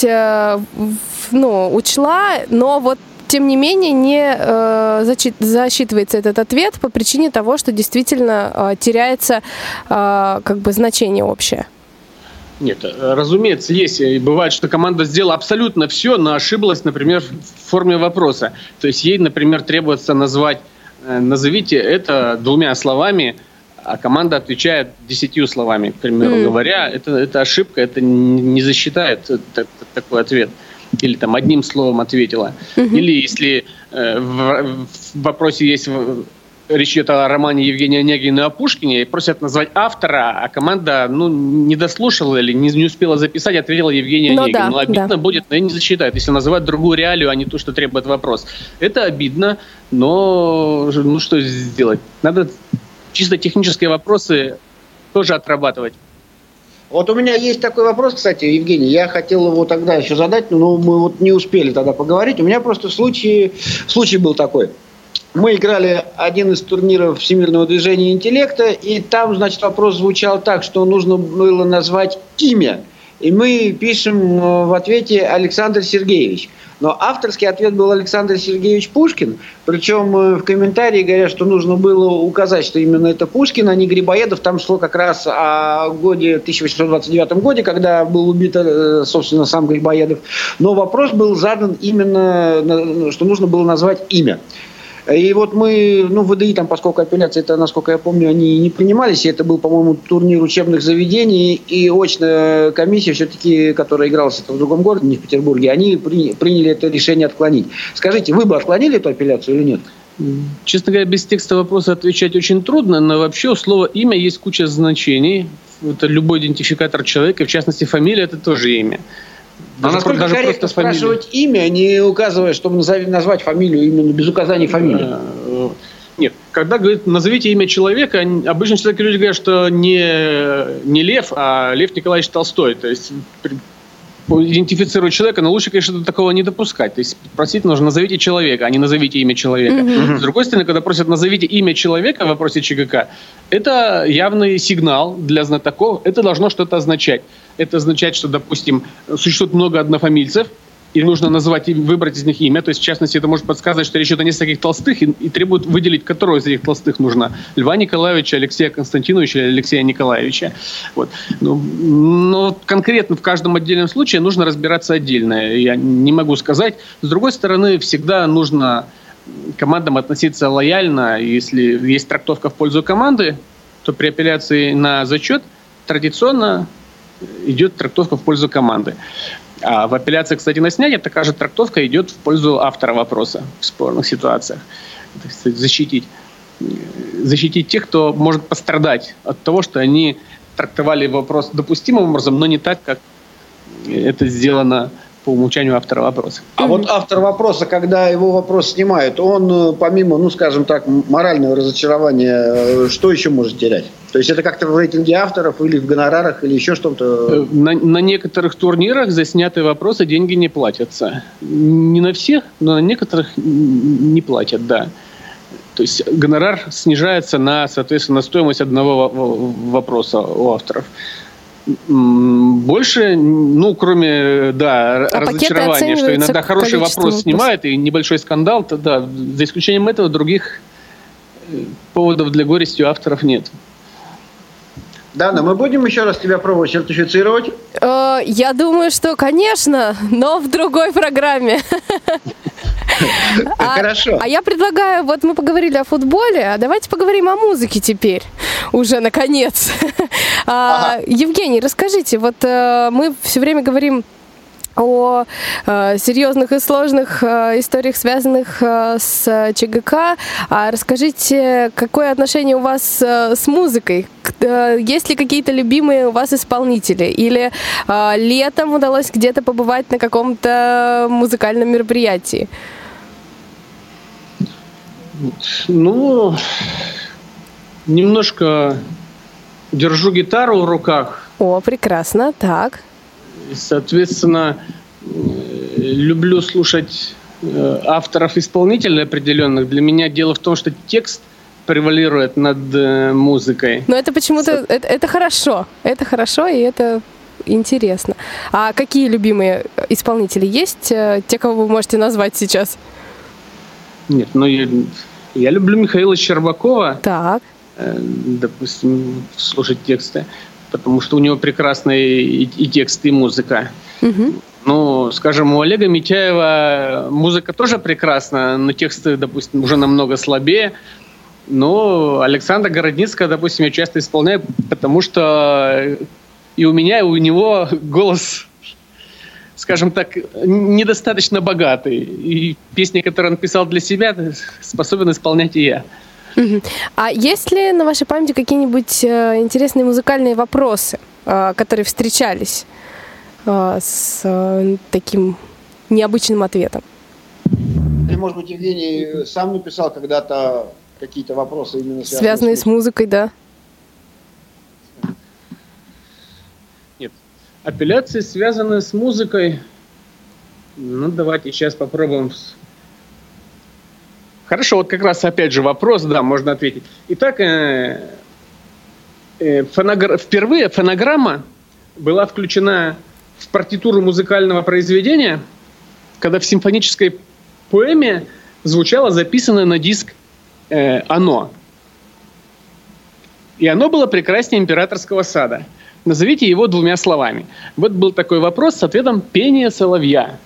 учла, но тем не менее, не засчитывается этот ответ по причине того, что действительно теряется значение общее. Нет, разумеется, есть. И бывает, что команда сделала абсолютно все, но ошиблась, например, в форме вопроса. То есть ей, например, требуется назовите это 2 словами, а команда отвечает 10 словами, к примеру говоря. Это ошибка, это не засчитает такой ответ. Или одним словом ответила. Или если в вопросе есть речь идет о романе Евгения Онегина о Пушкине, просят назвать автора, а команда не дослушала или не успела записать, ответила Евгений Онегин. Да, обидно будет, но не засчитают, если называть другую реалию, а не то, что требует вопрос. Это обидно, но что сделать? Надо чисто технические вопросы тоже отрабатывать. Вот у меня есть такой вопрос, кстати, Евгений, я хотел его тогда еще задать, но мы не успели тогда поговорить. У меня просто случай был такой. Мы играли один из турниров Всемирного движения интеллекта, и там, значит, вопрос звучал так, что нужно было назвать имя. И мы пишем в ответе Александр Сергеевич. Но авторский ответ был Александр Сергеевич Пушкин. Причем в комментарии говорят, что нужно было указать, что именно это Пушкин, а не Грибоедов. Там шло как раз о годе 1829 годе, когда был убит, собственно, сам Грибоедов. Но вопрос был задан именно, что нужно было назвать имя. И вот мы, в ВДИ, там, поскольку апелляции, это, насколько я помню, они не принимались, и это был, по-моему, турнир учебных заведений, и очная комиссия, все-таки, которая игралась в другом городе, не в Петербурге, они приняли это решение отклонить. Скажите, вы бы отклонили эту апелляцию или нет? Честно говоря, без текста вопроса отвечать очень трудно, но вообще у слова «имя» есть куча значений. Это любой идентификатор человека, в частности, фамилия – это тоже имя. А насколько корректно спрашивать имя, не указывая, чтобы назвать фамилию именно без указания фамилии? Нет. Когда говорят, назовите имя человека, обычно человек люди говорят, что не Лев, а Лев Николаевич Толстой. То есть идентифицировать человека, но лучше, конечно, такого не допускать. То есть просить нужно назовите человека, а не назовите имя человека. С другой стороны, когда просят назовите имя человека в вопросе ЧГК, это явный сигнал для знатоков, это должно что-то означать. Это означает, что, допустим, существует много однофамильцев, и нужно назвать, выбрать из них имя. То есть, в частности, это может подсказывать, что речь идет о нескольких Толстых, и требует выделить, которого из этих Толстых нужно. Льва Николаевича, Алексея Константиновича или Алексея Николаевича. Вот. Но конкретно в каждом отдельном случае нужно разбираться отдельно. Я не могу сказать. С другой стороны, всегда нужно командам относиться лояльно. Если есть трактовка в пользу команды, то при апелляции на зачет традиционно идет трактовка в пользу команды. А в апелляции, кстати, на снятие такая же трактовка идет в пользу автора вопроса в спорных ситуациях. То есть защитить тех, кто может пострадать от того, что они трактовали вопрос допустимым образом, но не так, как это сделано по умолчанию автора вопроса. А вот автор вопроса, когда его вопрос снимают, он помимо, скажем так, морального разочарования, что еще может терять? То есть это как-то в рейтинге авторов или в гонорарах, или еще что-то? На некоторых турнирах за снятые вопросы деньги не платятся. Не на всех, но на некоторых не платят, да. То есть гонорар снижается соответственно, на стоимость одного вопроса у авторов. Больше, кроме, разочарования, что иногда хороший вопрос снимают и небольшой скандал, то да, за исключением этого других поводов для горести у авторов нет. Дана, мы будем еще раз тебя пробовать сертифицировать? Я думаю, что, конечно, но в другой программе. Хорошо. А я предлагаю, вот мы поговорили о футболе, а давайте поговорим о музыке теперь. Уже, наконец. Евгений, расскажите, вот мы все время говорим о серьезных и сложных историях, связанных с ЧГК. Расскажите, какое отношение у вас с музыкой? Есть ли какие-то любимые у вас исполнители? Или летом удалось где-то побывать на каком-то музыкальном мероприятии? Немножко держу гитару в руках. О, прекрасно, так. Соответственно, люблю слушать авторов-исполнителей определенных. Для меня дело в том, что текст превалирует над музыкой. Но это почему-то... Это хорошо. Это хорошо, и это интересно. А какие любимые исполнители есть? Те, кого вы можете назвать сейчас? Нет, я люблю Михаила Щербакова. Так. Допустим, слушать тексты. Потому что у него прекрасные и тексты, и музыка. Скажем, у Олега Митяева музыка тоже прекрасна, но тексты, допустим, уже намного слабее. Но Александра Городницкого, допустим, я часто исполняю, потому что и у меня, и у него голос, скажем так, недостаточно богатый. И песни, которые он писал для себя, способен исполнять и я. А есть ли на вашей памяти какие-нибудь интересные музыкальные вопросы, которые встречались с таким необычным ответом? Или, может быть, Евгений сам написал когда-то какие-то вопросы, именно связанные с музыкой, да? Нет. Апелляции, связанные с музыкой... Ну, давайте сейчас попробуем. Хорошо, вот как раз опять же вопрос, да, можно ответить. Итак, впервые фонограмма была включена в партитуру музыкального произведения, когда в симфонической поэме звучало записанное на диск «Оно». И оно было прекраснее императорского сада. Назовите его двумя словами. Вот был такой вопрос с ответом «Пение соловья».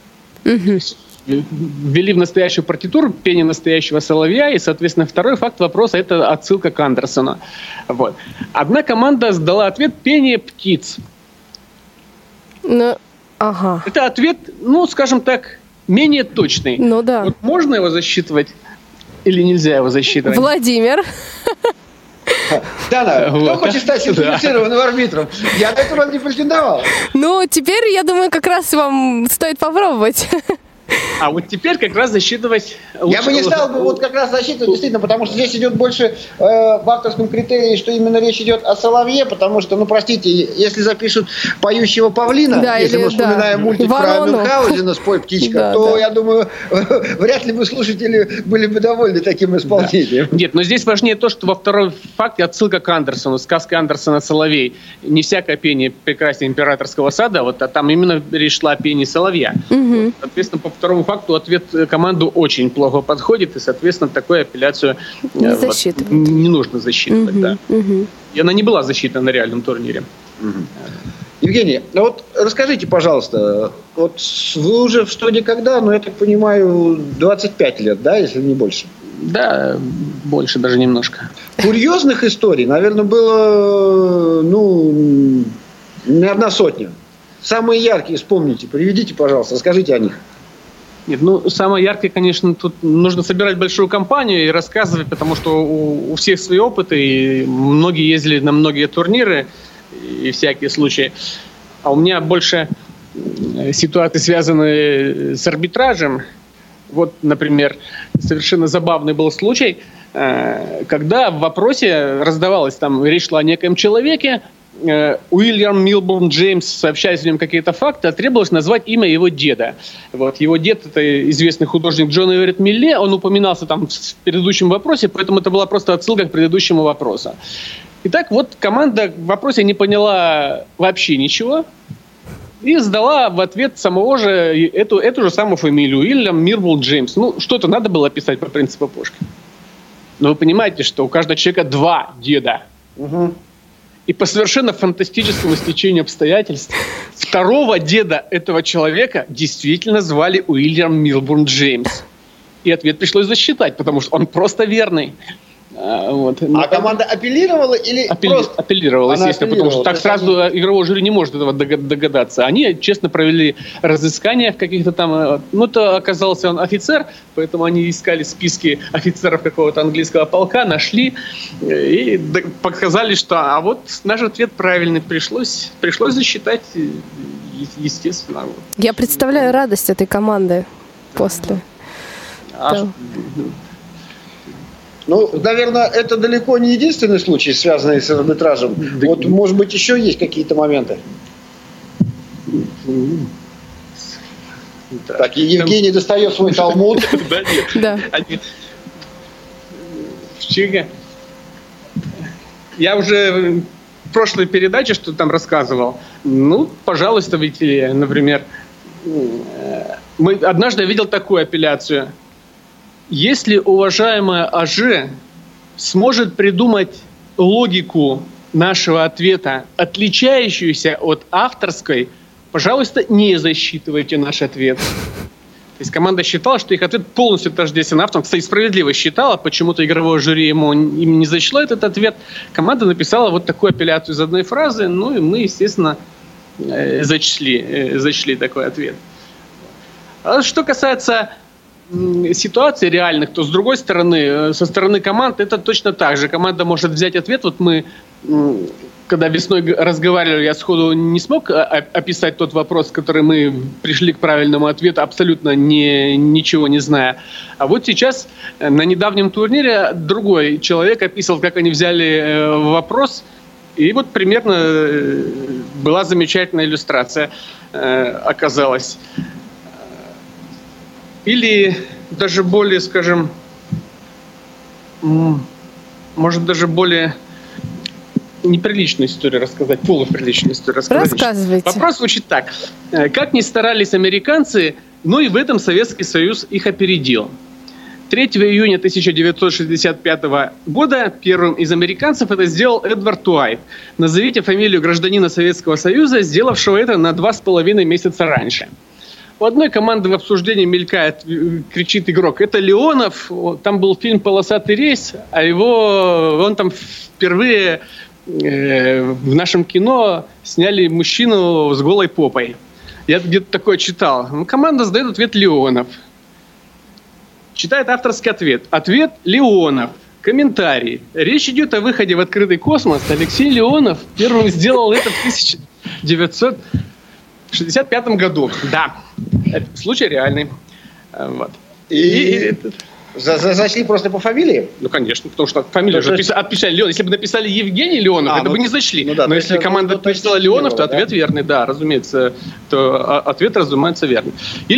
Ввели в настоящую партитуру пение настоящего соловья, и, соответственно, второй факт вопроса – это отсылка к Андерсону. Вот. Одна команда сдала ответ «Пение птиц». Ну, ага. Это ответ, ну, скажем так, менее точный. Ну да. Вот можно его засчитывать или нельзя его засчитывать? Владимир. Дана, кто хочет стать сертифицированным арбитром? Я на это не претендовал. Ну, теперь, я думаю, как раз вам стоит попробовать. А вот теперь как раз засчитывать... Я бы не стал бы вот как раз засчитывать, действительно, потому что здесь идет больше в авторском критерии, что именно речь идет о соловье, потому что, ну, простите, если запишут поющего павлина, да, если мы вспоминаем мультик про Мюнхгаузена «Спой, птичка», да, то, я думаю, вряд ли бы слушатели были бы довольны таким исполнением. Да. Нет, но здесь важнее то, что во втором факте отсылка к Андерсону, сказка Андерсона «Соловей». Не всякое пение прекраснее императорского сада, вот, а там именно речь шла о пении соловья. Вот, соответственно, по второму факту ответ команду очень плохо подходит, и, соответственно, такую апелляцию не нужно засчитывать. Да. И она не была засчитана на реальном турнире. Евгений, ну вот расскажите, пожалуйста, вот вы уже в студии когда, ну, я так понимаю, 25 лет, да, если не больше? Да, больше даже немножко. Курьезных историй, наверное, было, ну, не одна сотня. Самые яркие вспомните, приведите, пожалуйста, расскажите о них. Нет, ну, самое яркое, конечно, тут нужно собирать большую компанию и рассказывать, потому что у всех свои опыты, и многие ездили на многие турниры и всякие случаи. А у меня больше ситуации, связанные с арбитражем. Вот, например, совершенно забавный был случай, когда в вопросе раздавалось, там речь шла о некоем человеке, Уильям Милбурн Джеймс сообщает в нем какие-то факты, а требовалось назвать имя его деда. Вот. Его дед — это известный художник Джон Эверетт Милле, он упоминался там в предыдущем вопросе, поэтому это была просто отсылка к предыдущему вопросу. Итак, вот команда в вопросе не поняла вообще ничего и сдала в ответ самого же эту же самую фамилию, Уильям Милбурн Джеймс. Ну, что-то надо было писать по принципу Пушкина. Но вы понимаете, что у каждого человека два деда. И по совершенно фантастическому стечению обстоятельств второго деда этого человека действительно звали Уильям Милбурн Джеймс. И ответ пришлось засчитать, потому что он просто верный. Вот. А команда апеллировала или просто... Апеллировала, естественно, потому что так сразу игровое жюри не может этого догадаться. Они честно провели разыскания в каких-то там... Ну, это оказался он офицер, поэтому они искали списки офицеров какого-то английского полка, нашли и показали, что... А вот наш ответ правильный. Пришлось засчитать, естественно. Я представляю радость этой команды после... Ну, наверное, это далеко не единственный случай, связанный с арбитражем. Вот, может быть, еще есть какие-то моменты? Так, Евгений достает свой талмуд. Да, нет. Я уже в прошлой передаче что там рассказывал. Ну, пожалуйста, видите, например, однажды я видел такую апелляцию. Если уважаемая АЖ сможет придумать логику нашего ответа, отличающуюся от авторской, пожалуйста, не засчитывайте наш ответ. То есть команда считала, что их ответ полностью тождествен авторам. Кстати, справедливо считала, почему-то игровое жюри им не зачло этот ответ. Команда написала вот такую апелляцию из одной фразы, ну и мы, естественно, зачли такой ответ. А что касается ситуаций реальных, то с другой стороны, со стороны команд это точно так же. Команда может взять ответ. Вот мы, когда весной разговаривали, я сходу не смог описать тот вопрос, который мы пришли к правильному ответу, абсолютно ничего не зная. А вот сейчас на недавнем турнире другой человек описывал, как они взяли вопрос, и вот примерно была замечательная иллюстрация оказалась. Или даже более, скажем, может даже более неприличную историю рассказать, полуприличную историю рассказать. Рассказывайте. Вопрос звучит так. Как ни старались американцы, но и в этом Советский Союз их опередил. 3 июня 1965 года первым из американцев это сделал Эдвард Уайт. Назовите фамилию гражданина Советского Союза, сделавшего это на 2,5 месяца раньше. У одной команды в обсуждении мелькает, кричит игрок: это Леонов, там был фильм «Полосатый рейс», а он там впервые в нашем кино сняли мужчину с голой попой. Я где-то такое читал. Команда задает ответ Леонов. Читает авторский ответ. Ответ Леонов. Комментарий. Речь идет о выходе в открытый космос. Алексей Леонов первым сделал это в 1965 году. Да. Это случай реальный. Вот. Зашли просто по фамилии? Ну, конечно, потому что фамилию же отписали Леонов. Если бы написали Евгений Леонов, это бы не зашли. Ну, да, но если команда написала Леонов, то ответ верный. Да, разумеется. То ответ, разумеется, верный.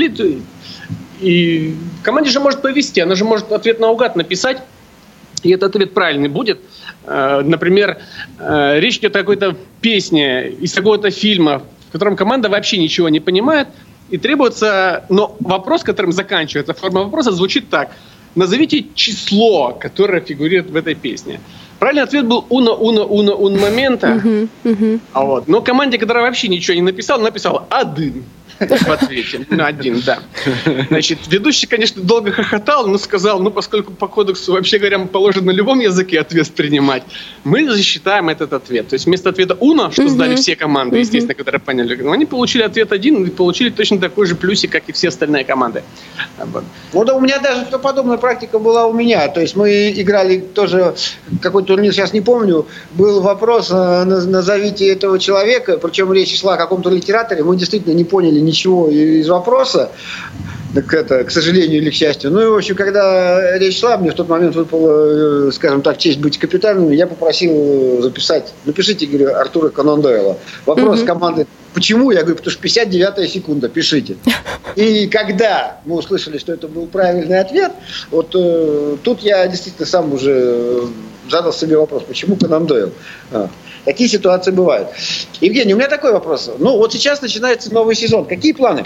И команде же может повезти. Она же может ответ наугад написать, и этот ответ правильный будет. Например, речь идет о какой-то песне из какого-то фильма, в котором команда вообще ничего не понимает, и требуется... Но вопрос, которым заканчивается форма вопроса, звучит так. Назовите число, которое фигурирует в этой песне. Правильный ответ был «un момента». Но команде, которая вообще ничего не написала «один». В ответе. Один, да. Значит, ведущий, конечно, долго хохотал, но сказал, поскольку по кодексу, вообще говоря, положено на любом языке ответ принимать, мы засчитаем этот ответ. То есть вместо ответа «уно», что сдали все команды, естественно, которые поняли, они получили ответ один и получили точно такой же плюсик, как и все остальные команды. Вот. Ну да, у меня даже подобная практика была у меня. То есть мы играли тоже, какой турнир, сейчас не помню, был вопрос, назовите этого человека, причем речь шла о каком-то литераторе, мы действительно не поняли ничего из вопроса, к сожалению или к счастью. Ну и, в общем, когда речь шла, мне в тот момент выпала, скажем так, честь быть капитаном, я попросил записать, напишите, говорю, Артура Конан Дойла. Вопрос команды: почему? Я говорю, потому что 59-я секунда, пишите. И когда мы услышали, что это был правильный ответ, вот тут я действительно сам уже задал себе вопрос, почему Конан Дойл? Такие ситуации бывают. Евгений, у меня такой вопрос. Вот сейчас начинается новый сезон. Какие планы?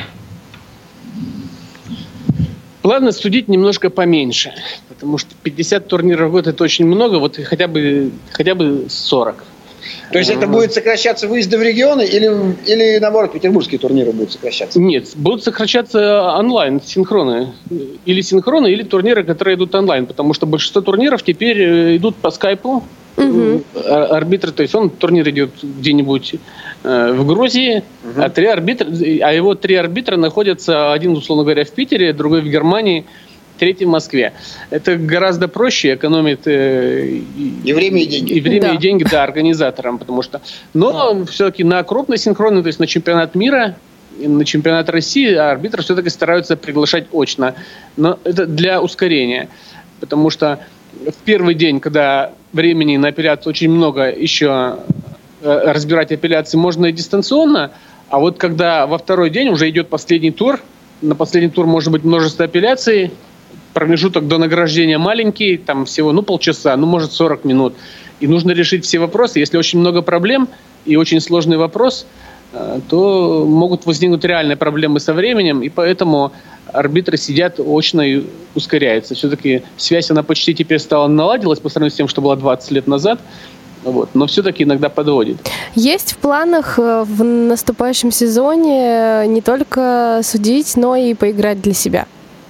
Планы судить немножко поменьше. Потому что 50 турниров в год — это очень много. Вот хотя бы 40. То есть это будет сокращаться выезды в регионы или наоборот, петербургские турниры будут сокращаться? Нет, будут сокращаться онлайн, синхроны. Или турниры, которые идут онлайн. Потому что большинство турниров теперь идут по скайпу. Арбитр, то есть турнир идет где-нибудь в Грузии, а его 3 арбитра находятся, один, условно говоря, в Питере, другой в Германии, третий в Москве. Это гораздо проще, экономит и время, и деньги. И время, и деньги, да, организаторам, потому что... Но все-таки на крупной синхронной, то есть на чемпионат мира, на чемпионат России арбитры все-таки стараются приглашать очно. Но это для ускорения, потому что в первый день, когда времени на апелляцию очень много, еще разбирать апелляции можно и дистанционно, а вот когда во второй день уже идет последний тур, на последний тур может быть множество апелляций, промежуток до награждения маленький, там всего полчаса, может 40 минут, и нужно решить все вопросы. Если очень много проблем и очень сложный вопрос, то могут возникнуть реальные проблемы со временем, и поэтому арбитры сидят очно и ускоряются. Все-таки связь, она почти теперь наладилась по сравнению с тем, что было 20 лет назад, но все-таки иногда подводит. Есть в планах в наступающем сезоне не только судить, но и поиграть для себя?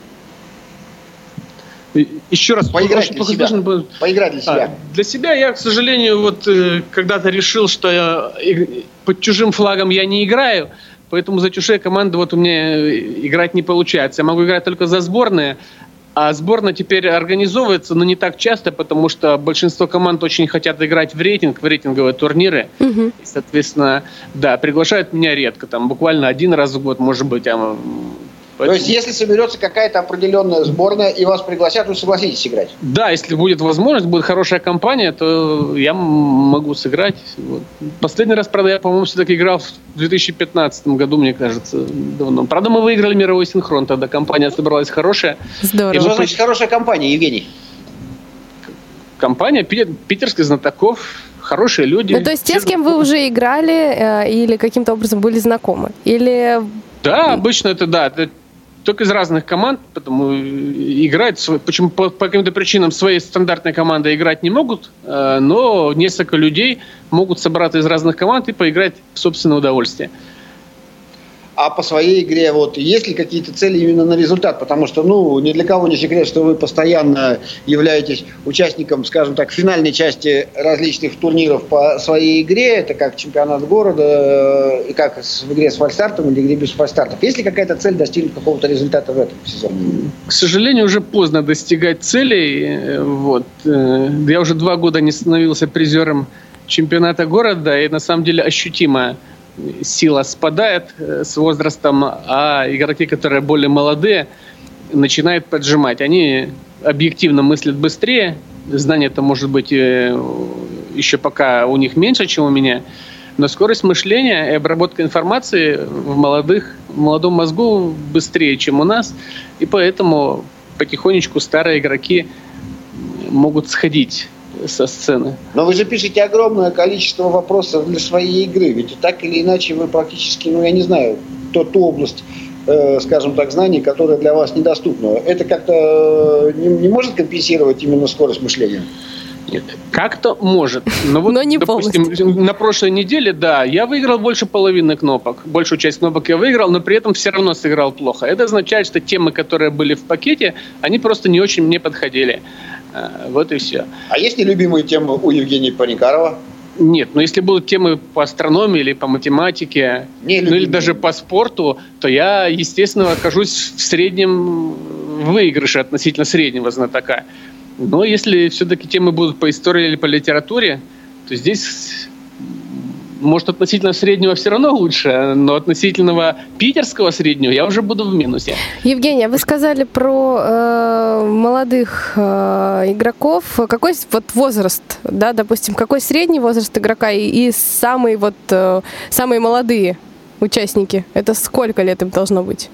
Еще раз, поиграть для себя. Для себя я, к сожалению, когда-то решил, что под чужим флагом я не играю. поэтому за чужие команды вот у меня играть не получается. Я могу играть только за сборные, а сборная теперь организовывается, но не так часто, потому что большинство команд очень хотят играть в рейтинговые турниры. И, соответственно, да, приглашают меня редко, там буквально один раз в год, может быть. То есть, если соберется какая-то определенная сборная и вас пригласят, вы согласитесь играть? Да, если будет возможность, будет хорошая компания, то я могу сыграть. Вот. Последний раз, правда, я, по-моему, все-таки играл в 2015 году, мне кажется, давно. Правда, мы выиграли мировой синхрон, тогда компания собралась хорошая. Здорово. Что значит хорошая компания, Евгений? Компания питерских знатоков, хорошие люди. Ну, то есть те, с кем вы уже играли или каким-то образом были знакомы? Или... Да, обычно это только из разных команд, потому играть, почему по каким-то причинам своей стандартной командой играть не могут, но несколько людей могут собраться из разных команд и поиграть в собственное удовольствие. А по своей игре вот есть ли какие-то цели именно на результат? Потому что, ни для кого не секрет, что вы постоянно являетесь участником, скажем так, финальной части различных турниров по своей игре. Это как чемпионат города, и как в игре с фальстартом или игре без фальстартов. Есть ли какая-то цель достигнуть какого-то результата в этом сезоне? К сожалению, уже поздно достигать целей. Вот. Я уже 2 года не становился призером чемпионата города, и на самом деле ощутимо сила спадает с возрастом, а игроки, которые более молодые, начинают поджимать. Они объективно мыслят быстрее, знания-то, может быть, еще пока у них меньше, чем у меня, но скорость мышления и обработка информации в молодом мозгу быстрее, чем у нас, и поэтому потихонечку старые игроки могут сходить со сцены. Но вы же пишете огромное количество вопросов для своей игры, ведь так или иначе вы практически, я не знаю, ту область, скажем так, знаний, которая для вас недоступна. Это как-то не может компенсировать именно скорость мышления? Нет, как-то может. Но не допустим, полностью. На прошлой неделе, да, я выиграл больше половины кнопок. Большую часть кнопок я выиграл, но при этом все равно сыграл плохо. Это означает, что темы, которые были в пакете, они просто не очень мне подходили. Вот и все. А есть ли любимые темы у Евгения Паникарова? Нет, но если будут темы по астрономии или по математике, или даже по спорту, то я, естественно, окажусь в среднем выигрыше относительно среднего знатока. Но если все-таки темы будут по истории или по литературе, то здесь, может, относительно среднего все равно лучше, но относительного питерского среднего я уже буду в минусе. Евгений, а вы сказали про молодых игроков. Какой возраст, да, допустим, какой средний возраст игрока и самые молодые участники? Это сколько лет им должно быть?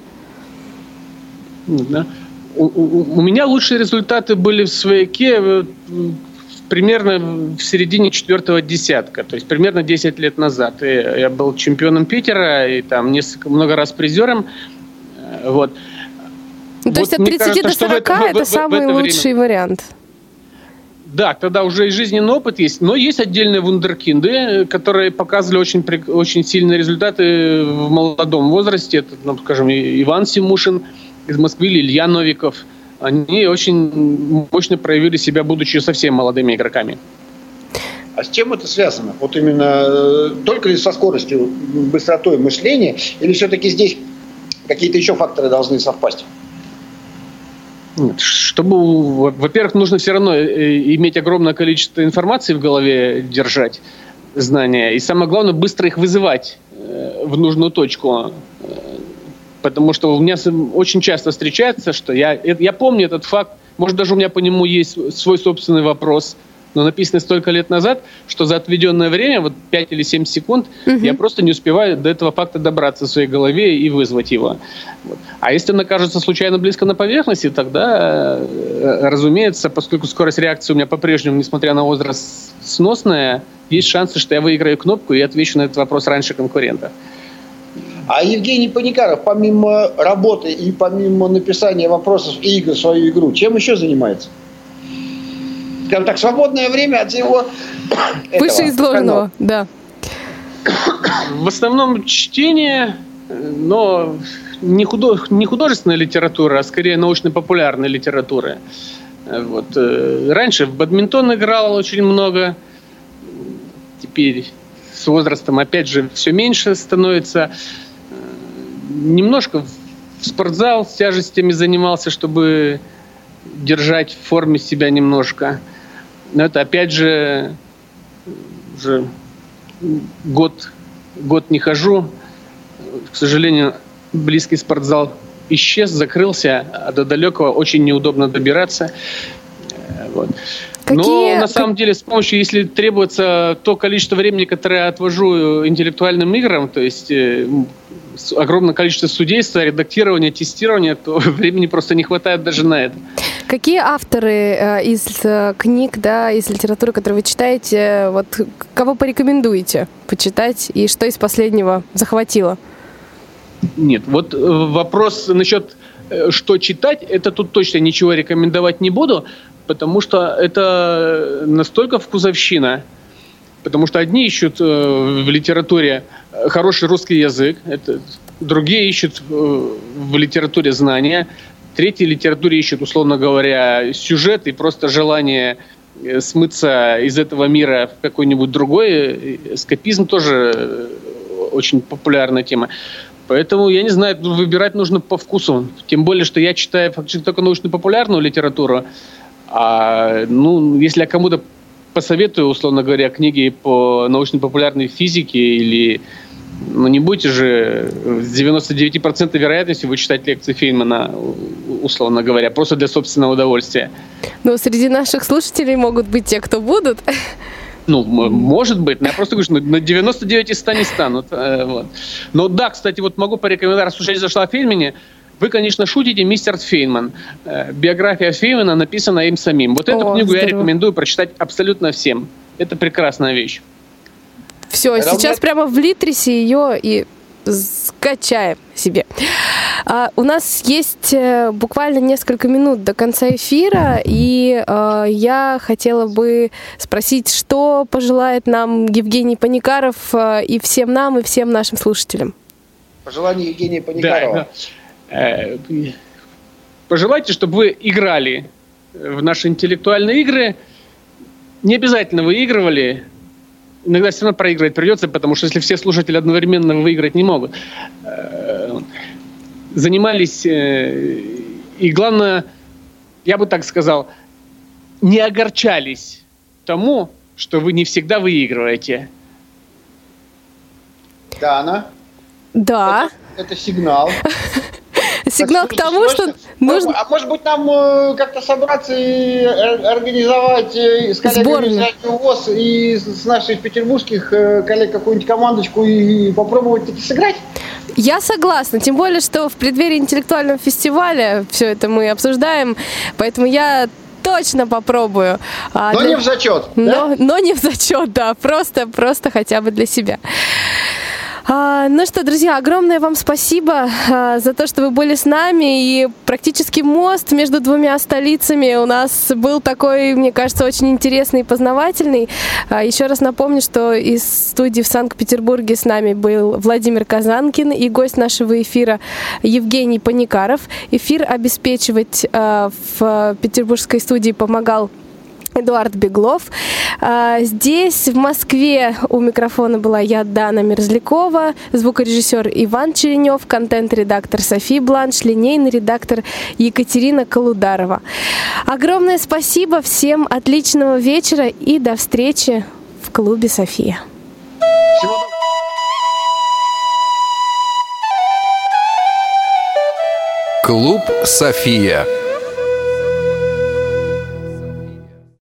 Да. У меня лучшие результаты были в свояке примерно в середине 4-го десятка, то есть примерно 10 лет назад. Я был чемпионом Питера и там много раз призером. Вот. То есть от 30 до 40 это самый лучший вариант? Да, тогда уже и жизненный опыт есть, но есть отдельные вундеркинды, которые показывали очень сильные результаты в молодом возрасте. Это, скажем, Иван Симушин из Москвы или Илья Новиков. Они очень мощно проявили себя, будучи совсем молодыми игроками. А с чем это связано? Вот именно только ли со скоростью, быстротой мышления, или все-таки здесь какие-то еще факторы должны совпасть? Нет, чтобы, во-первых, нужно все равно иметь огромное количество информации в голове, держать знания. И самое главное, быстро их вызывать в нужную точку. Потому что у меня очень часто встречается, что я помню этот факт, может, даже у меня по нему есть свой собственный вопрос, но написанный столько лет назад, что за отведенное время, 5 или 7 секунд, я просто не успеваю до этого факта добраться в своей голове и вызвать его. Вот. А если он окажется случайно близко на поверхности, тогда, разумеется, поскольку скорость реакции у меня по-прежнему, несмотря на возраст, сносная, есть шансы, что я выиграю кнопку и отвечу на этот вопрос раньше конкурента. А Евгений Паникаров, помимо работы и помимо написания вопросов и игр в свою игру, чем еще занимается? Скажем так, свободное время от всего вышеизложенного, да. В основном чтение, но не художественная литература, а скорее научно-популярная литература. Вот. Раньше в бадминтон играл очень много, теперь с возрастом опять же все меньше становится. немножко в спортзал с тяжестями занимался, чтобы держать в форме себя немножко. Но это, опять же, уже год не хожу. К сожалению, близкий спортзал исчез, закрылся, а до далекого очень неудобно добираться. Вот. Но на самом деле с помощью, если требуется то количество времени, которое я отвожу интеллектуальным играм, то есть огромное количество судейства, редактирования, тестирования, то времени просто не хватает даже на это. Какие авторы из книг, да, из литературы, которые вы читаете, вот кого порекомендуете почитать и что из последнего захватило? Нет, вот вопрос насчет что читать, это тут точно ничего рекомендовать не буду, потому что это настолько вкусовщина. Потому что одни ищут в литературе хороший русский язык, другие ищут в литературе знания, третьи в литературе ищут, условно говоря, сюжет и просто желание смыться из этого мира в какой-нибудь другой. Эскапизм тоже очень популярная тема. Поэтому, я не знаю, выбирать нужно по вкусу. Тем более, что я читаю фактически только научно-популярную литературу. Если я кому-то посоветую, условно говоря, книги по научно-популярной физике или... не будете же с 99% вероятностью вы читать лекции Фейнмана, условно говоря, просто для собственного удовольствия. Но среди наших слушателей могут быть те, кто будут. Может быть, но я просто говорю, что на 99 из 100 не станут. Вот. Но да, кстати, вот могу порекомендовать, раз уж речь зашла о Фейнмане, вы, конечно, шутите, мистер Фейнман. Биография Фейнмана написана им самим. Вот эту книгу я рекомендую прочитать абсолютно всем. Это прекрасная вещь. Все, сейчас прямо в Литресе ее и скачаем себе. У нас есть буквально несколько минут до конца эфира, и я хотела бы спросить, что пожелает нам Евгений Паникаров и всем нам, и всем нашим слушателям. Пожелание Евгения Паникарова. Пожелайте, чтобы вы играли в наши интеллектуальные игры. Не обязательно выигрывали. Иногда все равно проигрывать придется, потому что если все слушатели одновременно выиграть не могут. Занимались, и главное, я бы так сказал, не огорчались тому, что вы не всегда выигрываете. Да, Анна? Да. Это сигнал. Сигнал к тому, что нужно... А может быть, нам как-то собраться и организовать с коллегами из Радио ВОС и с наших петербургских коллег какую-нибудь командочку и попробовать таки сыграть? Я согласна, тем более, что в преддверии интеллектуального фестиваля все это мы обсуждаем, поэтому я точно попробую. Но не в зачет, да? Но не в зачет, да, просто хотя бы для себя. Ну что, друзья, огромное вам спасибо за то, что вы были с нами. И практически мост между двумя столицами у нас был такой, мне кажется, очень интересный и познавательный. Еще раз напомню, что из студии в Санкт-Петербурге с нами был Владимир Казанкин и гость нашего эфира Евгений Паникаров. Эфир обеспечивать в петербургской студии помогал Эдуард Беглов. Здесь, в Москве, у микрофона была я, Дана Мерзлякова, звукорежиссер Иван Черенев, контент-редактор София Бланш, линейный редактор Екатерина Колударова. Огромное спасибо, всем отличного вечера и до встречи в клубе «София». Клуб «София».